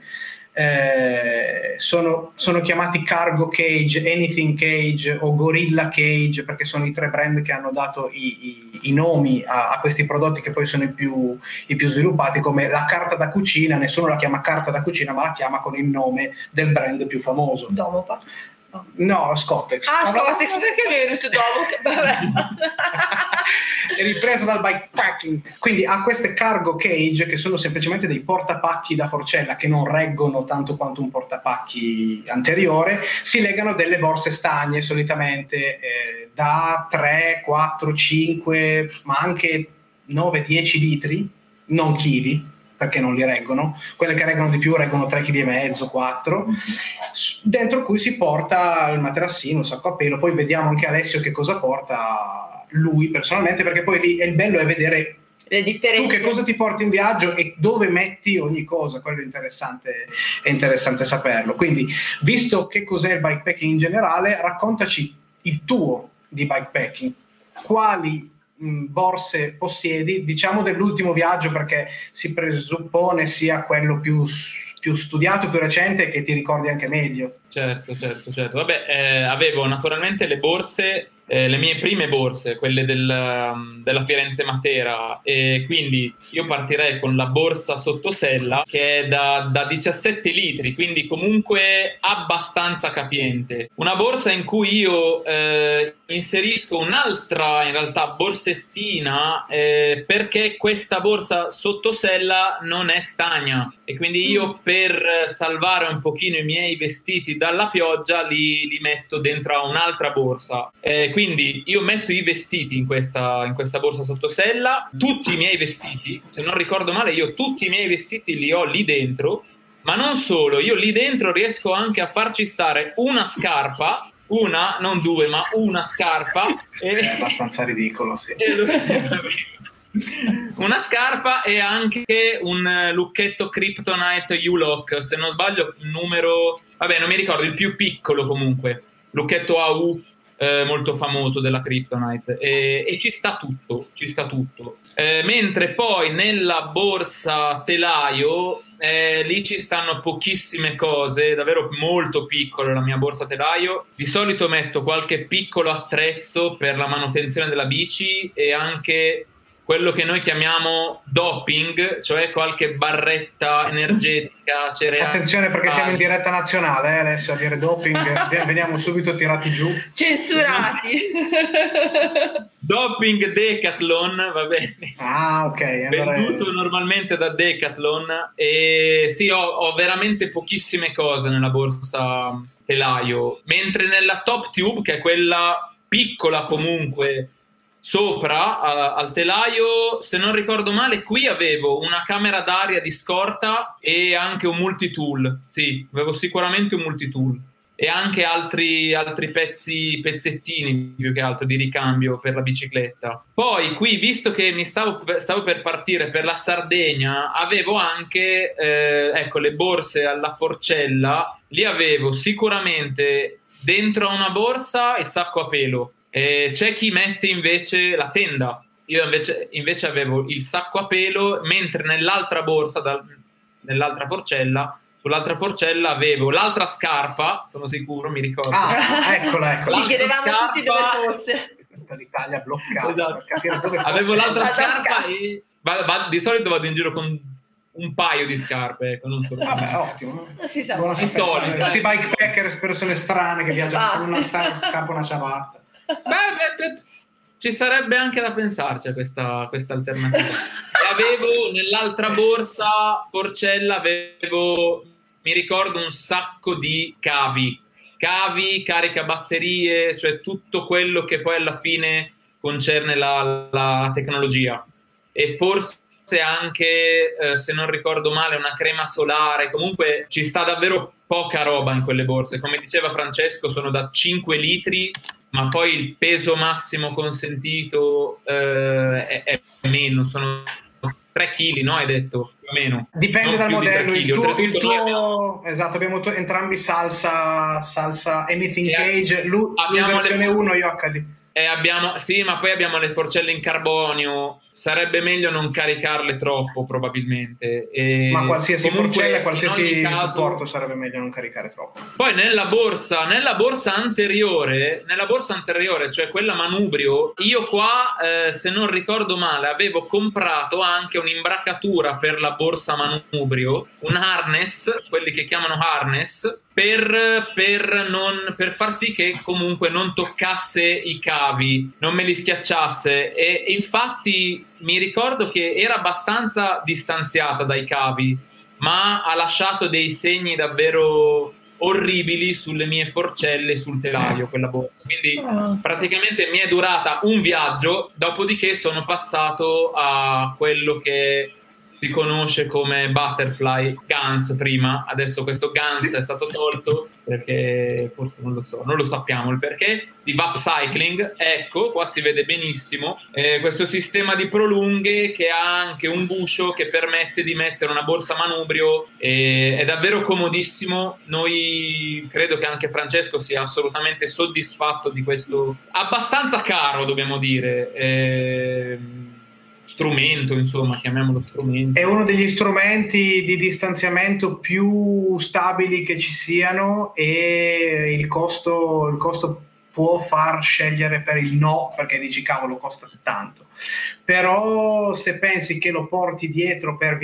Sono chiamati cargo cage, anything cage o gorilla cage, perché sono i tre brand che hanno dato i nomi a questi prodotti, che poi sono i più sviluppati, come la carta da cucina. Nessuno la chiama carta da cucina, ma la chiama con il nome del brand più famoso.
Domopa.
No, Scottex.
Scottex, perché mi è venuto dopo?
È ripresa dal bikepacking. Quindi ha queste cargo cage, che sono semplicemente dei portapacchi da forcella che non reggono tanto quanto un portapacchi anteriore. Si legano delle borse stagne, solitamente da 3, 4, 5, ma anche 9-10 litri, non chili, perché non li reggono. Quelle che reggono di più reggono 3,5 kg, 4, dentro cui si porta il materassino, il sacco a pelo. Poi vediamo anche Alessio che cosa porta lui personalmente, perché poi lì il bello è vedere
le differenze.
Tu che cosa ti porti in viaggio e dove metti ogni cosa. Quello è interessante saperlo. Quindi, visto che cos'è il bikepacking in generale, raccontaci il tuo di bikepacking. Quali borse possiedi, diciamo dell'ultimo viaggio, perché si presuppone sia quello più studiato, più recente, che ti ricordi anche meglio.
Certo. Vabbè, avevo naturalmente le borse, le mie prime borse, quelle della Firenze Matera, e quindi io partirei con la borsa sottosella, che è da 17 litri, quindi comunque abbastanza capiente. Una borsa in cui io inserisco un'altra, in realtà, borsettina, perché questa borsa sottosella non è stagna, e quindi io, per salvare un pochino i miei vestiti dalla pioggia, li metto dentro a un'altra borsa. Quindi io metto i vestiti in questa borsa sottosella, tutti i miei vestiti, se non ricordo male, io tutti i miei vestiti li ho lì dentro, ma non solo, io lì dentro riesco anche a farci stare una scarpa, una, non due, ma una scarpa.
È abbastanza ridicolo, sì.
Una scarpa e anche un lucchetto Kryptonite U-Lock, se non sbaglio numero, vabbè non mi ricordo, il più piccolo comunque, lucchetto AU molto famoso della Kryptonite, e ci sta tutto. Mentre poi nella borsa telaio lì ci stanno pochissime cose, davvero molto piccole la mia borsa telaio. Di solito metto qualche piccolo attrezzo per la manutenzione della bici e anche quello che noi chiamiamo doping, cioè qualche barretta energetica, cereali.
Attenzione, perché siamo in diretta nazionale, adesso a dire doping veniamo subito tirati giù.
Censurati.
Doping Decathlon, va bene.
Ah, ok. Allora
venduto normalmente da Decathlon. E sì, ho veramente pochissime cose nella borsa telaio, mentre nella Top Tube, che è quella piccola comunque, sopra al telaio, se non ricordo male, qui avevo una camera d'aria di scorta e anche un multitool. Sì, avevo sicuramente un multitool. e anche altri pezzettini più che altro di ricambio per la bicicletta. Poi qui, visto che mi stavo per partire per la Sardegna, avevo anche ecco, le borse alla Forcella. Lì avevo sicuramente dentro a una borsa il sacco a pelo, c'è chi mette invece la tenda. Io invece avevo il sacco a pelo, mentre nell'altra borsa, nell'altra forcella, sull'altra forcella avevo l'altra scarpa, sono sicuro, mi ricordo.
Eccola.
Ci chiedevamo tutti dove fosse.
L'Italia bloccata.
Esatto.
Per capire dove fosse.
Avevo l'altra scarpa e di solito vado in giro con un paio di scarpe, ecco, non solo.
Vabbè, ottimo.
Non si sa.
Di solito.
Questi bikepacker, persone strane che viaggiano con una scarpa e una ciabatta.
Beh, ci sarebbe anche da pensarci a questa alternativa. Avevo nell'altra borsa Forcella, mi ricordo, un sacco di cavi, caricabatterie, cioè tutto quello che poi alla fine concerne la tecnologia, e forse anche, se non ricordo male, una crema solare. Comunque ci sta davvero poca roba in quelle borse. Come diceva Francesco, sono da 5 litri, ma poi il peso massimo consentito è meno, sono 3 kg, no? Hai detto? Più o meno.
Dipende dal modello. Il tuo esatto, abbiamo entrambi salsa Anything Cage, lui versione 1, io HD.
Sì, ma poi abbiamo le forcelle in carbonio. Sarebbe meglio non caricarle troppo, probabilmente.
Ma qualsiasi forcella, qualsiasi supporto sarebbe meglio non caricare troppo.
Poi nella borsa anteriore, cioè quella manubrio, io qua, se non ricordo male, avevo comprato anche un'imbracatura per la borsa manubrio, un harness, quelli che chiamano harness, per far sì che comunque non toccasse i cavi, non me li schiacciasse, e infatti mi ricordo che era abbastanza distanziata dai cavi, ma ha lasciato dei segni davvero orribili sulle mie forcelle, sul telaio, quella borsa. Quindi praticamente mi è durata un viaggio, dopodiché sono passato a quello che si conosce come Butterfly Guns prima. Adesso questo Guns è stato tolto perché forse non lo sappiamo il perché, di Vapcycling. Ecco, qua si vede benissimo questo sistema di prolunghe che ha anche un guscio che permette di mettere una borsa manubrio, è davvero comodissimo. Credo che anche Francesco sia assolutamente soddisfatto di questo abbastanza caro, dobbiamo dire, strumento, insomma, chiamiamolo strumento.
È uno degli strumenti di distanziamento più stabili che ci siano, e il costo può far scegliere per il no, perché dici cavolo, costa tanto. Però se pensi che lo porti dietro per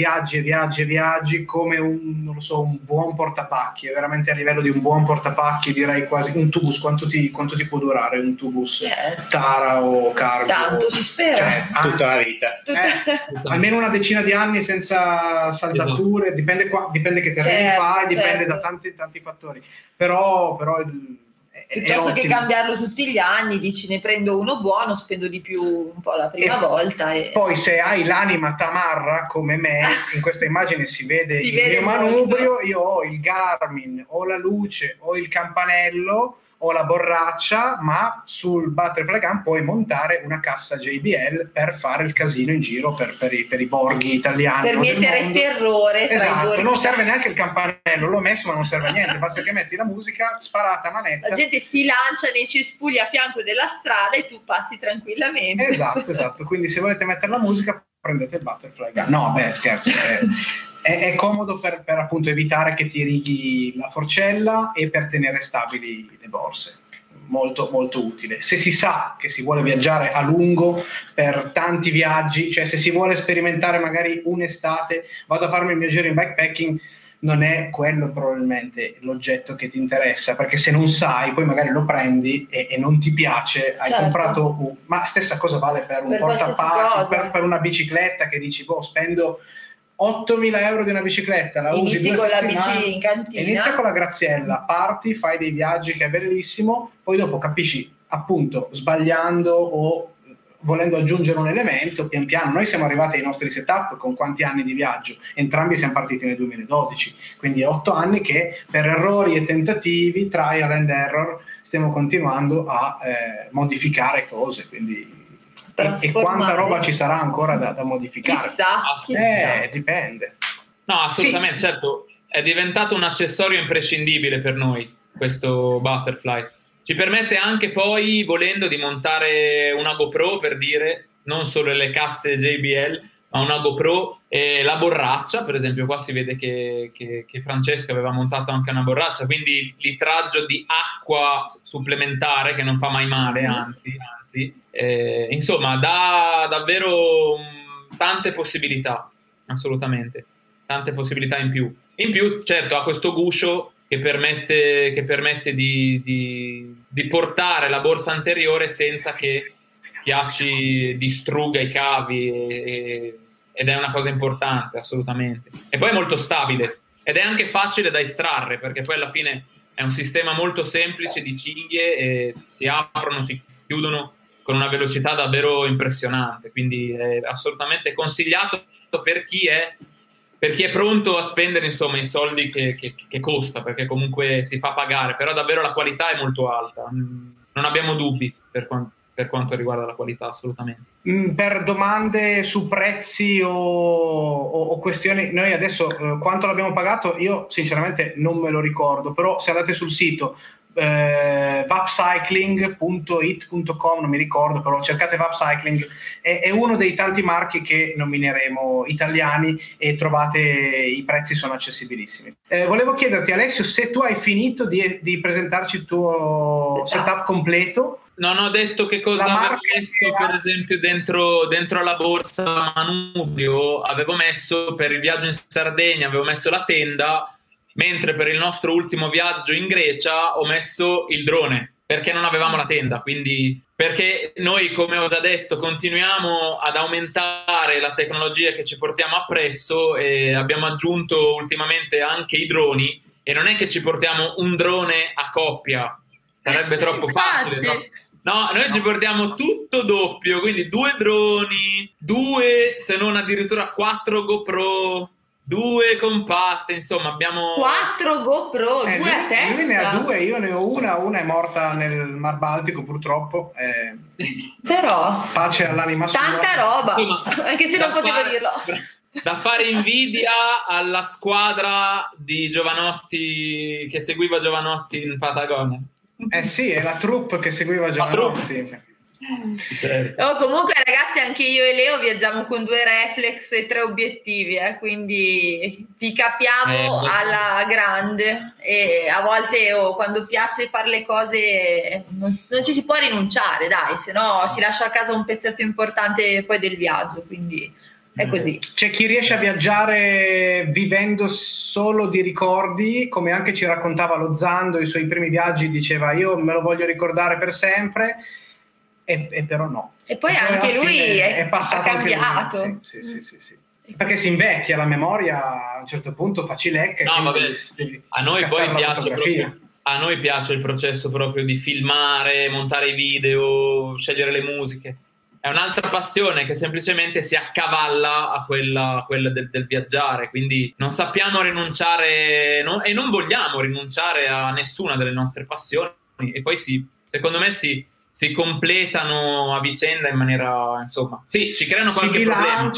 viaggi come un buon portapacchi, è veramente a livello di un buon portapacchi, direi quasi un tubus. Quanto ti può durare un tubus Tara o Cargo?
Tanto si spera,
cioè,
tutta la vita,
almeno una decina di anni senza saldature. Esatto. Dipende che terreni fai, dipende da tanti fattori, però
piuttosto che cambiarlo tutti gli anni, dici ne prendo uno buono, spendo di più un po' la prima volta.
Poi se hai l'anima tamarra come me, in questa immagine si vede il mio manubrio, io ho il Garmin, ho la luce, ho il campanello, ho la borraccia, ma sul Butterfly Gun puoi montare una cassa JBL per fare il casino in giro per i borghi italiani.
Per mettere terrore.
Esatto, non serve neanche il campanello, l'ho messo ma non serve a niente, basta che metti la musica, sparata a manetta.
La gente si lancia nei cespugli a fianco della strada e tu passi tranquillamente.
Esatto, quindi se volete mettere la musica prendete il Butterfly Gun. No, scherzo. È comodo per appunto evitare che ti righi la forcella e per tenere stabili le borse. Molto molto utile. Se si sa che si vuole viaggiare a lungo per tanti viaggi, cioè se si vuole sperimentare magari un'estate, vado a farmi il mio giro in bikepacking, non è quello probabilmente l'oggetto che ti interessa, perché se non sai poi magari lo prendi e non ti piace, hai comprato ma stessa cosa vale per un portapacchi, per una bicicletta che dici spendo 8.000 euro di una bicicletta, la usi 2
con la
settimane,
bici in cantina,
inizia con la Graziella, parti, fai dei viaggi che è bellissimo, poi dopo capisci appunto sbagliando o volendo aggiungere un elemento, pian piano noi siamo arrivati ai nostri setup con quanti anni di viaggio? Entrambi siamo partiti nel 2012, quindi è 8 anni che per errori e tentativi, trial and error, stiamo continuando a modificare cose, quindi e quanta roba ci sarà ancora da modificare?
Chissà.
Dipende.
No, assolutamente, sì. Certo, è diventato un accessorio imprescindibile per noi questo Butterfly. Ci permette anche poi, volendo, di montare una GoPro, per dire, non solo le casse JBL, ma una GoPro e la borraccia, per esempio qua si vede che Francesco aveva montato anche una borraccia, quindi litraggio di acqua supplementare che non fa mai male, anzi insomma dà davvero tante possibilità, assolutamente, tante possibilità in più. In più, certo, ha questo guscio che permette di portare la borsa anteriore senza che Chiacci distrugga i cavi ed è una cosa importante, assolutamente. E poi è molto stabile ed è anche facile da estrarre, perché poi alla fine è un sistema molto semplice di cinghie e si aprono, si chiudono con una velocità davvero impressionante, quindi è assolutamente consigliato per chi è pronto a spendere, insomma, i soldi che costa, perché comunque si fa pagare, però davvero la qualità è molto alta, non abbiamo dubbi per quanto riguarda la qualità, assolutamente.
Per domande su prezzi o questioni, noi adesso quanto l'abbiamo pagato, io sinceramente non me lo ricordo, però se andate sul sito vapcycling.it.com, non mi ricordo, però cercate Vapcycling, è uno dei tanti marchi che nomineremo italiani e trovate, i prezzi sono accessibilissimi. Volevo chiederti, Alessio, se tu hai finito di presentarci il tuo setup completo.
Non ho detto che cosa avevo messo, per esempio, dentro la borsa manubrio. Avevo messo, per il viaggio in Sardegna, avevo messo la tenda, mentre per il nostro ultimo viaggio in Grecia ho messo il drone, perché non avevamo la tenda. Quindi, perché noi, come ho già detto, continuiamo ad aumentare la tecnologia che ci portiamo appresso e abbiamo aggiunto ultimamente anche i droni, e non è che ci portiamo un drone a coppia, sarebbe troppo facile, troppo... No, noi ci portiamo tutto doppio, quindi 2 droni, 2, se non addirittura 4 GoPro, 2 compatte, insomma abbiamo...
4 GoPro, 2 a testa?
Lui ne ha 2, io ne ho una è morta nel Mar Baltico purtroppo.
Però...
Pace all'anima sua.
Tanta roba,
insomma,
anche se non potevo dirlo.
Da fare invidia alla squadra di Giovanotti, che seguiva Giovanotti in Patagonia.
Sì, è la troupe che seguiva Giovanotti.
Comunque ragazzi, anche io e Leo viaggiamo con 2 reflex e 3 obiettivi, quindi vi capiamo alla grande, e a volte quando piace fare le cose non ci si può rinunciare, dai, se no si lascia a casa un pezzetto importante poi del viaggio, quindi è così.
C'è chi riesce a viaggiare vivendo solo di ricordi, come anche ci raccontava lo Zando, i suoi primi viaggi, diceva io me lo voglio ricordare per sempre, e però no.
E poi anche lui è cambiato.
Anche sì. Perché si invecchia, la memoria a un certo punto fa cilecca.
No, vabbè, a noi poi piace il processo proprio di filmare, montare i video, scegliere le musiche. È un'altra passione che semplicemente si accavalla a quella del viaggiare, quindi non sappiamo rinunciare e non vogliamo rinunciare a nessuna delle nostre passioni, e poi secondo me si completano a vicenda in maniera, insomma, ci creano qualche problema.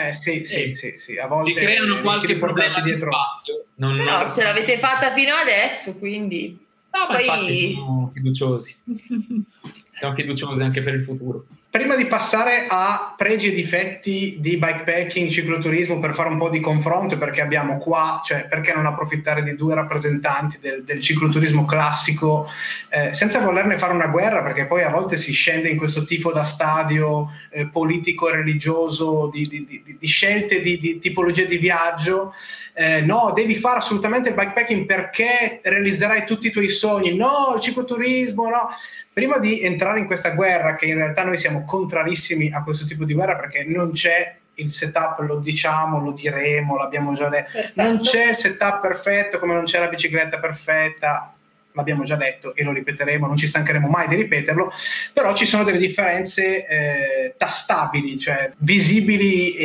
Sì, a volte
ci creano qualche problema di spazio.
No, ce l'avete fatta fino adesso, quindi...
No, ma infatti siamo fiduciosi. Siamo fiduciosi anche per il futuro.
Prima di passare a pregi e difetti di bikepacking, cicloturismo, per fare un po' di confronto, perché abbiamo qua, cioè perché non approfittare di 2 rappresentanti del cicloturismo classico, senza volerne fare una guerra, perché poi a volte si scende in questo tifo da stadio politico e religioso di scelte di tipologia di viaggio. No, devi fare assolutamente il bikepacking perché realizzerai tutti i tuoi sogni. No, il cicloturismo, no. Prima di entrare in questa guerra, che in realtà noi siamo contrarissimi a questo tipo di guerra, perché non c'è il setup, lo diciamo, lo diremo, l'abbiamo già detto, non c'è il setup perfetto, come non c'è la bicicletta perfetta, l'abbiamo già detto e lo ripeteremo, non ci stancheremo mai di ripeterlo, però ci sono delle differenze tastabili, cioè visibili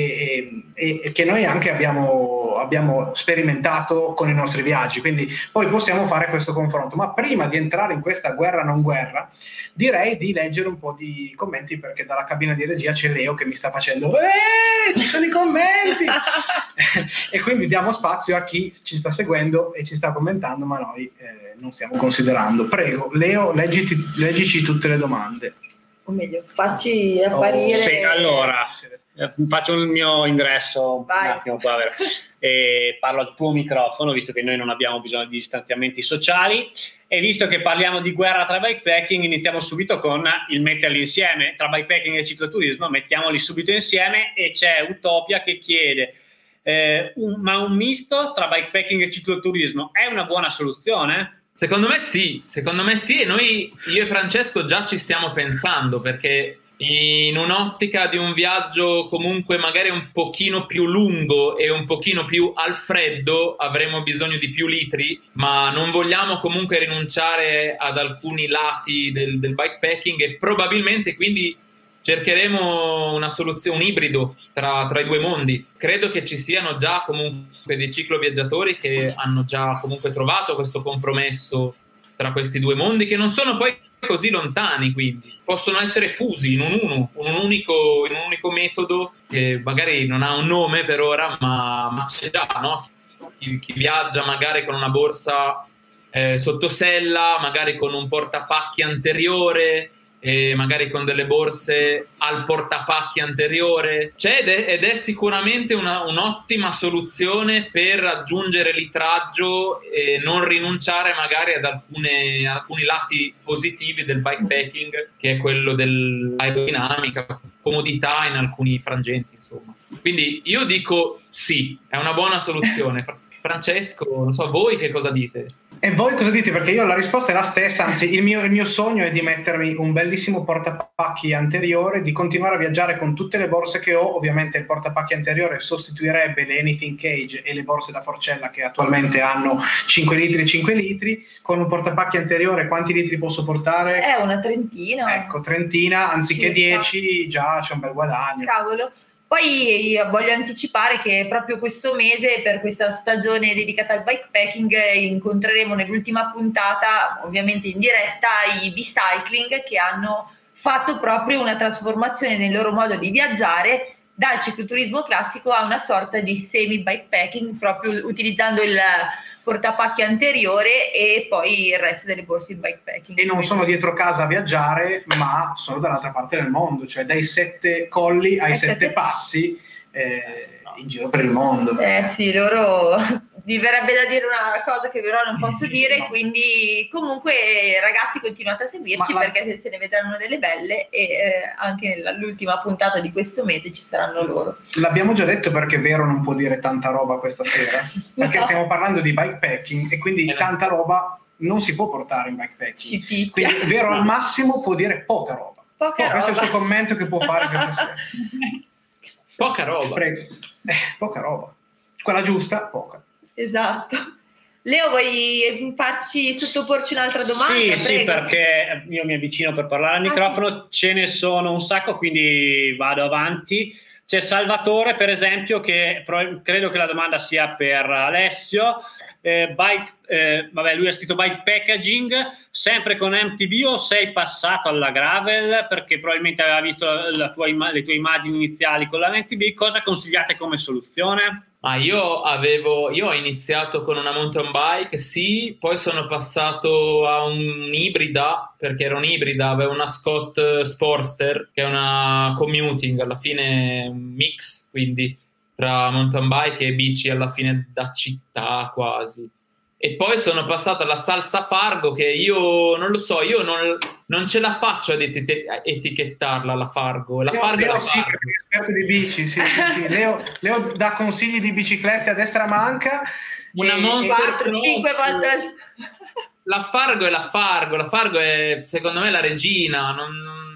e che noi anche abbiamo sperimentato con i nostri viaggi, quindi poi possiamo fare questo confronto. Ma prima di entrare in questa guerra non guerra, direi di leggere un po' di commenti, perché dalla cabina di regia c'è Leo che mi sta facendo ci sono i commenti e quindi diamo spazio a chi ci sta seguendo e ci sta commentando, ma noi non stiamo considerando. Prego Leo, leggici tutte le domande,
o meglio facci apparire.
Sì, allora faccio il mio ingresso.
Vai.
Un attimo qua, e parlo al tuo microfono, visto che noi non abbiamo bisogno di distanziamenti sociali, e visto che parliamo di guerra tra bikepacking, iniziamo subito con il metterli insieme tra bikepacking e cicloturismo. Mettiamoli subito insieme, e c'è Utopia che chiede ma un misto tra bikepacking e cicloturismo è una buona soluzione?
Secondo me sì, e noi, io e Francesco, già ci stiamo pensando, perché in un'ottica di un viaggio comunque magari un pochino più lungo e un pochino più al freddo avremo bisogno di più litri, ma non vogliamo comunque rinunciare ad alcuni lati del bikepacking, e probabilmente quindi cercheremo una soluzione, un ibrido tra i due mondi. Credo che ci siano già comunque dei cicloviaggiatori che hanno già comunque trovato questo compromesso tra questi due mondi, che non sono poi così lontani, quindi possono essere fusi in un unico metodo che magari non ha un nome per ora, ma c'è già, no? Chi viaggia magari con una borsa sottosella, magari con un portapacchi anteriore, e magari con delle borse al portapacchi anteriore, c'è ed è sicuramente un'ottima soluzione per raggiungere litraggio e non rinunciare magari ad alcuni lati positivi del bikepacking, che è quello dell'aerodinamica, comodità in alcuni frangenti, insomma. Quindi io dico sì, è una buona soluzione. Francesco, non so, voi che cosa dite?
E voi cosa dite? Perché io la risposta è la stessa, anzi il mio sogno è di mettermi un bellissimo portapacchi anteriore, di continuare a viaggiare con tutte le borse che ho. Ovviamente il portapacchi anteriore sostituirebbe le Anything Cage e le borse da forcella che attualmente hanno 5 litri e 5 litri. Con un portapacchi anteriore quanti litri posso portare?
Una trentina.
Ecco, trentina, anziché 10 già c'è un bel guadagno.
Cavolo. Poi io voglio anticipare che proprio questo mese, per questa stagione dedicata al bikepacking, incontreremo nell'ultima puntata, ovviamente in diretta, i B-Cycling, che hanno fatto proprio una trasformazione nel loro modo di viaggiare dal cicloturismo classico a una sorta di semi-bikepacking, proprio utilizzando il portapacchi anteriore e poi il resto delle borse di bikepacking.
E non sono dietro casa a viaggiare, ma sono dall'altra parte del mondo, cioè dai 7 colli ai 7 passi in giro per il mondo.
Sì, loro mi verrebbe da dire una cosa che però non posso dire, no. Quindi comunque ragazzi continuate a seguirci, perché se ne vedranno delle belle, e anche nell'ultima puntata di questo mese ci saranno loro.
L'abbiamo già detto, perché Vero non può dire tanta roba questa sera, perché stiamo parlando di bikepacking e quindi tanta roba non si può portare in bikepacking. Quindi Vero al massimo può dire poca roba. Questo è il suo commento che può fare questa sera.
Poca roba.
Prego. Poca roba. Quella giusta, poca.
Esatto. Leo, vuoi sottoporci un'altra domanda?
Sì, perché io mi avvicino per parlare al microfono, ce ne sono un sacco, quindi vado avanti. C'è Salvatore, per esempio, che credo che la domanda sia per Alessio. Lui ha scritto bike packaging sempre con MTB, o sei passato alla gravel? Perché probabilmente aveva visto le tue immagini iniziali con la MTB. Cosa consigliate come soluzione?
Io ho iniziato con una mountain bike, sì, poi sono passato a un'ibrida, perché era un'ibrida, avevo una Scott Sportster, che è una commuting, alla fine un mix, quindi tra mountain bike e bici alla fine da città quasi. E poi sono passato alla Salsa Fargo, che io non lo so, io non ce la faccio ad etichettarla la Fargo. La Fargo è la
sì,
Fargo.
È esperto di bici, sì. Leo dà consigli di biciclette a destra manca.
Una Monster Cross. 5 volte. La Fargo è la Fargo è secondo me la regina,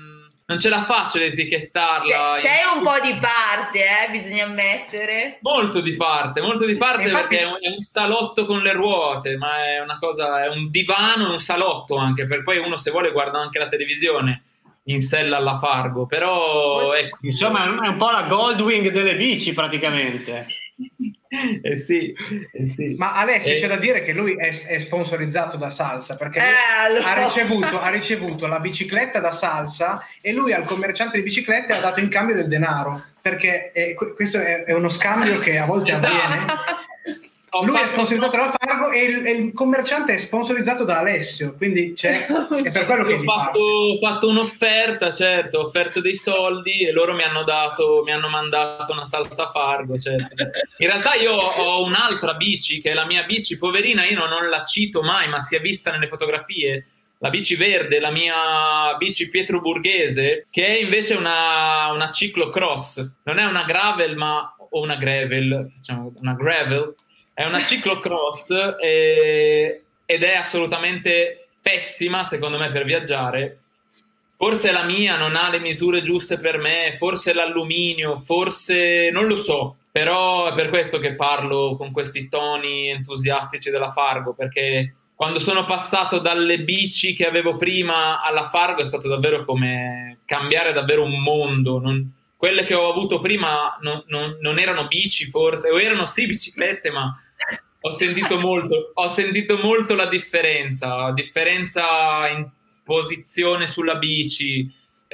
non ce la faccio ad etichettarla.
Sei un po' di parte, bisogna ammettere.
Molto di parte
infatti,
perché è un salotto con le ruote, ma è una cosa, è un divano e un salotto anche, per poi uno se vuole guarda anche la televisione in sella alla Fargo, però ecco.
Insomma è un po' la Goldwing delle bici praticamente.
Sì.
Ma Alessio, c'è da dire che lui è sponsorizzato da Salsa, perché
allora.
ha ricevuto la bicicletta da Salsa e lui al commerciante di biciclette ha dato in cambio del denaro, perché questo è uno scambio che a volte avviene. Lui è sponsorizzato da Fargo e il commerciante è sponsorizzato da Alessio, quindi è per quello che
ho fatto un'offerta, certo, ho offerto dei soldi e loro mi hanno mandato una Salsa Fargo, certo. In realtà io ho un'altra bici che è la mia bici, poverina, io non la cito mai, ma si è vista nelle fotografie, la bici verde, la mia bici pietroburghese, che è invece una ciclocross, non è una gravel o una gravel, facciamo una gravel. È una ciclocross ed è assolutamente pessima secondo me per viaggiare. Forse la mia non ha le misure giuste per me, forse l'alluminio, forse non lo so, però è per questo che parlo con questi toni entusiastici della Fargo, perché quando sono passato dalle bici che avevo prima alla Fargo è stato davvero come cambiare davvero un mondo. Quelle che ho avuto prima non erano bici forse, o erano sì biciclette, ma ho sentito molto la differenza in posizione sulla bici,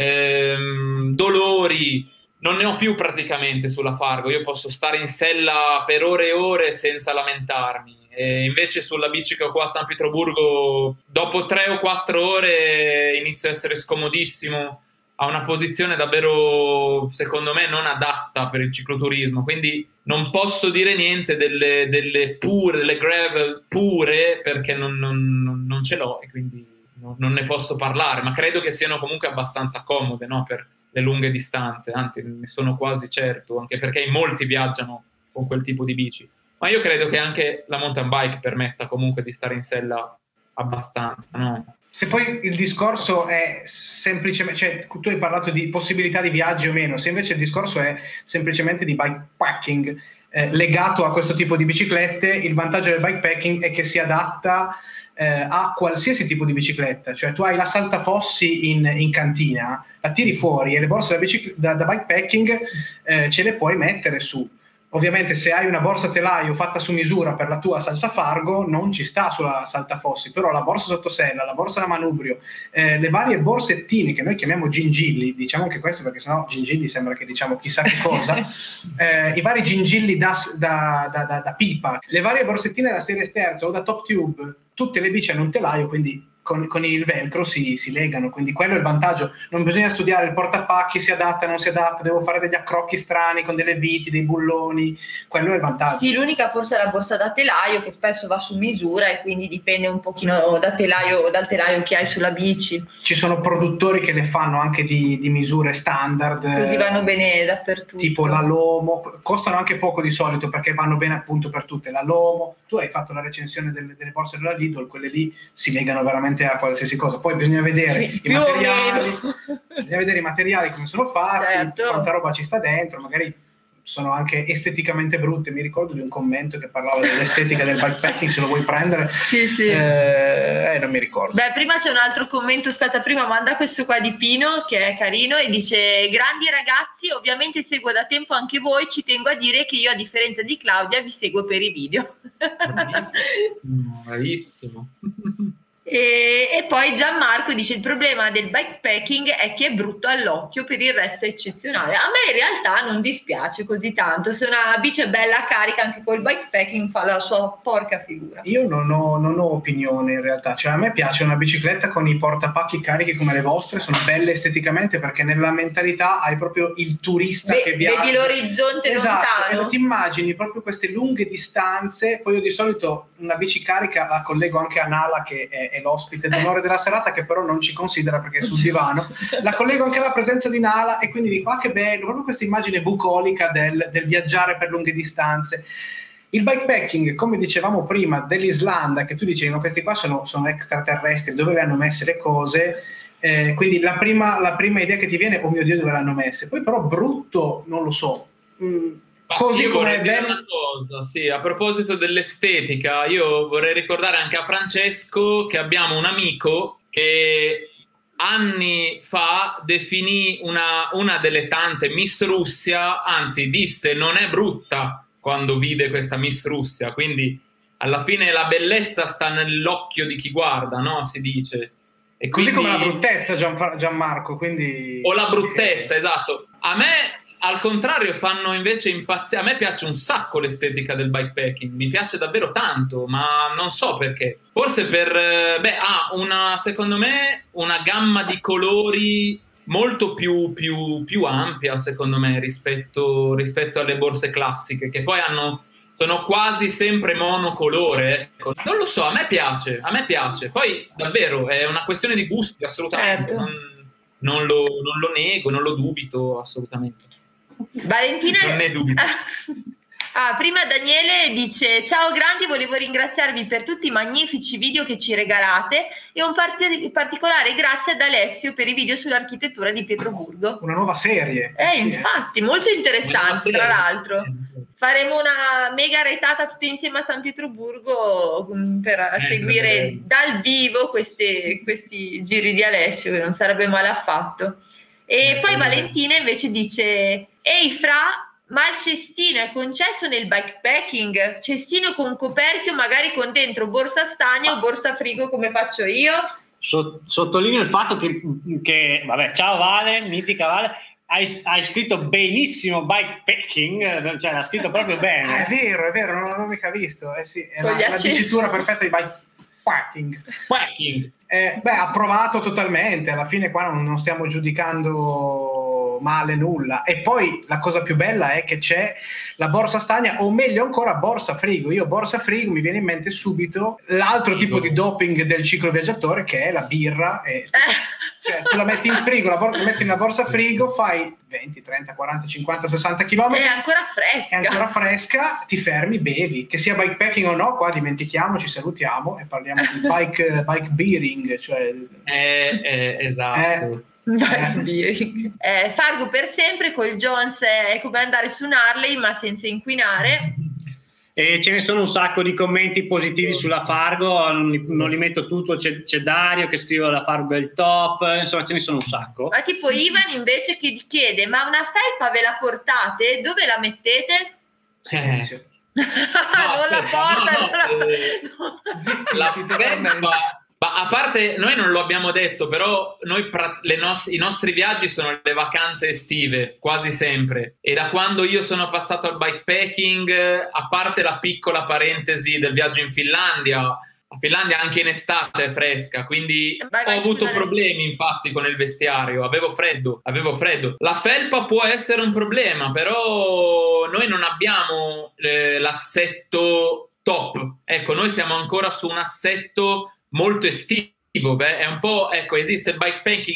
dolori, non ne ho più praticamente sulla Fargo, io posso stare in sella per ore e ore senza lamentarmi, e invece sulla bici che ho qua a San Pietroburgo, dopo 3 o 4 ore inizio a essere scomodissimo, ha una posizione davvero, secondo me, non adatta per il cicloturismo, quindi non posso dire niente delle gravel pure, perché non ce l'ho e quindi non ne posso parlare, ma credo che siano comunque abbastanza comode, no? Per le lunghe distanze, anzi ne sono quasi certo, anche perché in molti viaggiano con quel tipo di bici, ma io credo che anche la mountain bike permetta comunque di stare in sella abbastanza, no?
Se poi il discorso è semplicemente, cioè tu hai parlato di possibilità di viaggi o meno, se invece il discorso è semplicemente di bikepacking legato a questo tipo di biciclette, il vantaggio del bikepacking è che si adatta a qualsiasi tipo di bicicletta, cioè tu hai la saltafossi in cantina, la tiri fuori e le borse da bikepacking ce le puoi mettere su. Ovviamente se hai una borsa telaio fatta su misura per la tua Salsa Fargo non ci sta sulla saltafossi, però la borsa sottosella, la borsa da manubrio, le varie borsettine che noi chiamiamo gingilli, diciamo anche questo perché sennò gingilli sembra che diciamo chissà che cosa, i vari gingilli da pipa, le varie borsettine da serie sterzo o da top tube, tutte le bici hanno un telaio, quindi con il velcro si legano, quindi quello è il vantaggio. Non bisogna studiare il portapacchi, si adatta, non si adatta, devo fare degli accrocchi strani con delle viti, dei bulloni, quello è il vantaggio.
Sì, l'unica forse è la borsa da telaio che spesso va su misura e quindi dipende un pochino dal telaio che hai sulla bici.
Ci sono produttori che le fanno anche di misure standard.
Così vanno bene dappertutto.
Tipo la Lomo, costano anche poco di solito perché vanno bene appunto per tutte. La Lomo, tu hai fatto la recensione delle borse della Lidl, quelle lì si legano veramente a qualsiasi cosa, poi bisogna vedere i materiali come sono fatti, certo. Quanta roba ci sta dentro, magari sono anche esteticamente brutte. Mi ricordo di un commento che parlava dell'estetica del bikepacking, se lo vuoi prendere.
Sì.
Non mi ricordo.
Beh, prima c'è un altro commento, aspetta, prima manda questo qua di Pino che è carino e dice: grandi ragazzi, ovviamente seguo da tempo anche voi, ci tengo a dire che io a differenza di Claudia vi seguo per i video.
Bravissimo.
E poi Gianmarco dice: il problema del bikepacking è che è brutto all'occhio, per il resto è eccezionale. A me in realtà non dispiace così tanto, se una bici è bella carica anche col bikepacking fa la sua porca figura.
Io non ho opinione in realtà, cioè a me piace una bicicletta con i portapacchi carichi come le vostre, sono belle esteticamente perché nella mentalità hai proprio il turista che viaggia,
vedi l'orizzonte lontano,
ti immagini proprio queste lunghe distanze. Poi io di solito una bici carica la collego anche a Nala, che è l'ospite d'onore della serata, che però non ci considera perché è sul divano, la collego anche alla presenza di Nala e quindi dico che bello, proprio questa immagine bucolica del viaggiare per lunghe distanze. Il bikepacking, come dicevamo prima dell'Islanda, che tu dicevi no, questi qua sono extraterrestri, dove le hanno messe le cose, Quindi la prima idea che ti viene, oh mio Dio, dove l'hanno messe? Poi però brutto, non lo so. Così come è bello.
Una cosa, sì, a proposito dell'estetica, io vorrei ricordare anche a Francesco che abbiamo un amico che anni fa definì una delle tante Miss Russia, anzi disse non è brutta quando vide questa Miss Russia, quindi alla fine la bellezza sta nell'occhio di chi guarda, no? Si dice. E
così
quindi...
come la bruttezza, Gianmarco, quindi...
O la bruttezza, esatto. A me, al contrario, fanno invece impazzire. A me piace un sacco l'estetica del bikepacking, mi piace davvero tanto, ma non so perché. Forse per... secondo me, una gamma di colori molto più ampia, secondo me, rispetto alle borse classiche, che poi sono quasi sempre monocolore, ecco. Non lo so, a me piace. Poi davvero è una questione di gusti, assolutamente.
Certo.
Non lo nego, non lo dubito assolutamente.
Valentina.
Non ne dubito.
Prima Daniele dice: ciao grandi, volevo ringraziarvi per tutti i magnifici video che ci regalate e un particolare grazie ad Alessio per i video sull'architettura di Pietroburgo.
Una nuova serie.
Infatti, molto interessante, tra l'altro. Faremo una mega retata tutti insieme a San Pietroburgo per seguire dal vivo questi giri di Alessio, che non sarebbe male affatto. E poi Valentina invece dice: ehi Fra, ma il cestino è concesso nel bikepacking? Cestino con coperchio, magari con dentro borsa stagna o borsa frigo come faccio io?
Sottolineo il fatto che vabbè, ciao Vale, mitica Vale, hai scritto benissimo bikepacking, cioè l'ha scritto proprio bene.
È vero, non l'avevo mica visto. Sì, è la dicitura perfetta di bikepacking. Approvato totalmente, alla fine qua non stiamo giudicando male nulla. E poi la cosa più bella è che c'è la borsa stagna, o meglio ancora borsa frigo. Io borsa frigo mi viene in mente subito l'altro tipo di doping del ciclo viaggiatore, che è la birra. Cioè tu la metti in frigo, la metti in una borsa frigo, fai 20, 30, 40, 50, 60 km,
è ancora fresca,
ti fermi, bevi, che sia bikepacking o no. Qua dimentichiamoci, salutiamo e parliamo di bike beering, cioè
esatto.
Fargo per sempre col Jones è come andare su un Harley ma senza inquinare.
E ce ne sono un sacco di commenti positivi sulla Fargo, non li metto tutto, c'è Dario che scrive la Fargo è il top, insomma ce ne sono un sacco.
Ma tipo Ivan invece che chiede: ma una felpa ve la portate? Dove la mettete?
Silenzio.
La
felpa. Ma a parte, noi non lo abbiamo detto, però noi i nostri viaggi sono le vacanze estive, quasi sempre. E da quando io sono passato al bikepacking, a parte la piccola parentesi del viaggio in Finlandia, la Finlandia anche in estate è fresca, quindi ho avuto problemi infatti con il vestiario, avevo freddo. La felpa può essere un problema, però noi non abbiamo l'assetto top. Ecco, noi siamo ancora su un assetto molto estivo, è un po', ecco, esiste il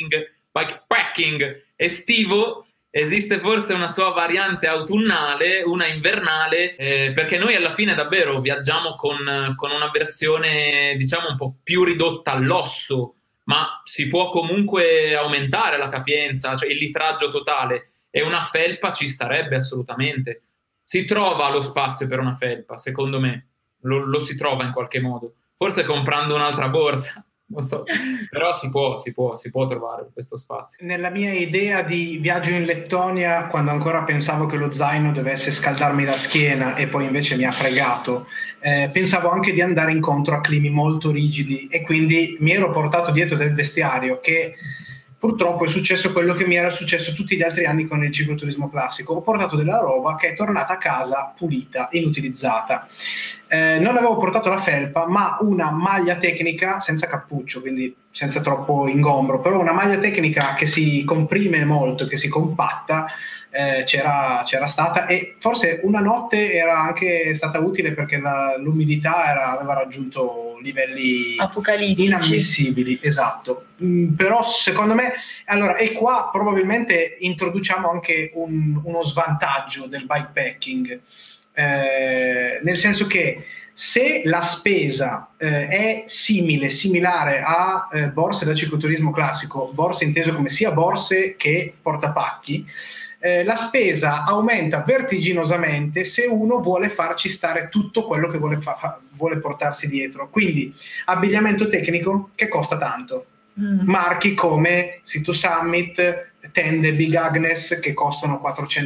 bikepacking estivo, esiste forse una sua variante autunnale, una invernale, perché noi alla fine davvero viaggiamo con una versione diciamo un po' più ridotta all'osso, ma si può comunque aumentare la capienza, cioè il litraggio totale, e una felpa ci starebbe assolutamente. Si trova lo spazio per una felpa, secondo me, lo si trova in qualche modo. Forse comprando un'altra borsa, non so, però si può trovare questo spazio.
Nella mia idea di viaggio in Lettonia, quando ancora pensavo che lo zaino dovesse scaldarmi la schiena e poi invece mi ha fregato, pensavo anche di andare incontro a climi molto rigidi e quindi mi ero portato dietro del vestiario che purtroppo è successo quello che mi era successo tutti gli altri anni con il cicloturismo classico. Ho portato della roba che è tornata a casa pulita, inutilizzata. Non avevo portato la felpa, ma una maglia tecnica senza cappuccio, quindi senza troppo ingombro, però una maglia tecnica che si comprime molto, che si compatta, c'era stata, e forse una notte era anche stata utile perché l'umidità aveva raggiunto livelli
apocalittici,
inammissibili, esatto. Però secondo me, allora, e qua probabilmente introduciamo anche uno svantaggio del bikepacking, nel senso che Se la spesa è similare a borse da cicloturismo classico, borse inteso come sia borse che portapacchi, la spesa aumenta vertiginosamente se uno vuole farci stare tutto quello che vuole portarsi dietro. Quindi abbigliamento tecnico che costa tanto, marchi come Sea2 Summit, tende Big Agnes che costano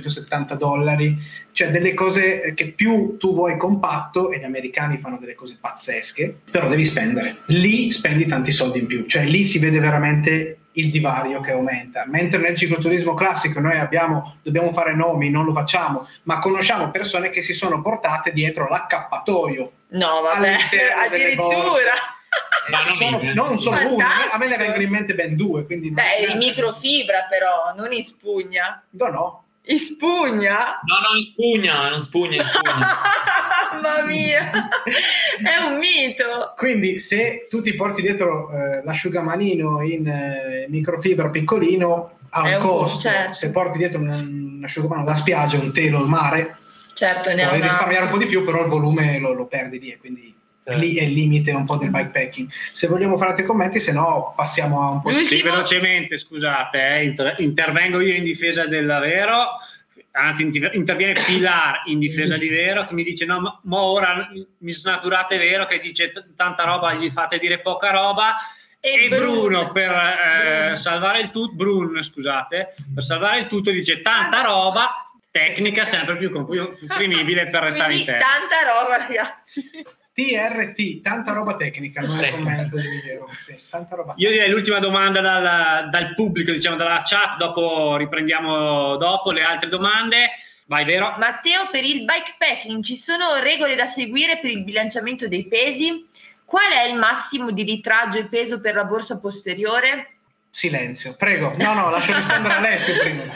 $470, cioè delle cose che più tu vuoi compatto, e gli americani fanno delle cose pazzesche, però devi spendere, lì spendi tanti soldi in più, cioè lì si vede veramente il divario che aumenta, mentre nel cicloturismo classico noi dobbiamo fare nomi, non lo facciamo, ma conosciamo persone che si sono portate dietro l'accappatoio,
no vabbè, addirittura
non solo uno, a me ne vengono in mente ben due, quindi
in microfibra però, non in spugna.
No.
In spugna?
No, non spugna.
Mamma mia, è un mito.
Quindi se tu ti porti dietro l'asciugamanino in microfibra piccolino ha un costo, certo. Se porti dietro un asciugamano da spiaggia, un telo al mare,
certo,
puoi risparmiare un po' di più, però il volume lo perdi lì, quindi lì è il limite un po' del bikepacking. Se vogliamo fare altri commenti, se no passiamo a un po'
Sì, velocemente, scusate, intervengo io in difesa della Vero, anzi interviene Pilar in difesa di Vero, che mi dice no, ma ora mi snaturate Vero, che dice tanta roba, gli fate dire poca roba, e Bruno per salvare il tutto, per salvare il tutto dice tanta roba, tecnica sempre più comprimibile per restare in terra.
Tanta roba, ragazzi.
TRT, tanta roba tecnica, non è commento di Vero. Sì, tanta roba.
Io direi l'ultima domanda dal pubblico, diciamo dalla chat, dopo riprendiamo le altre domande. Vai Vero.
Matteo, per il bikepacking ci sono regole da seguire per il bilanciamento dei pesi? Qual è il massimo di litraggio e peso per la borsa posteriore?
Silenzio, prego. No, lascio rispondere Alessio prima.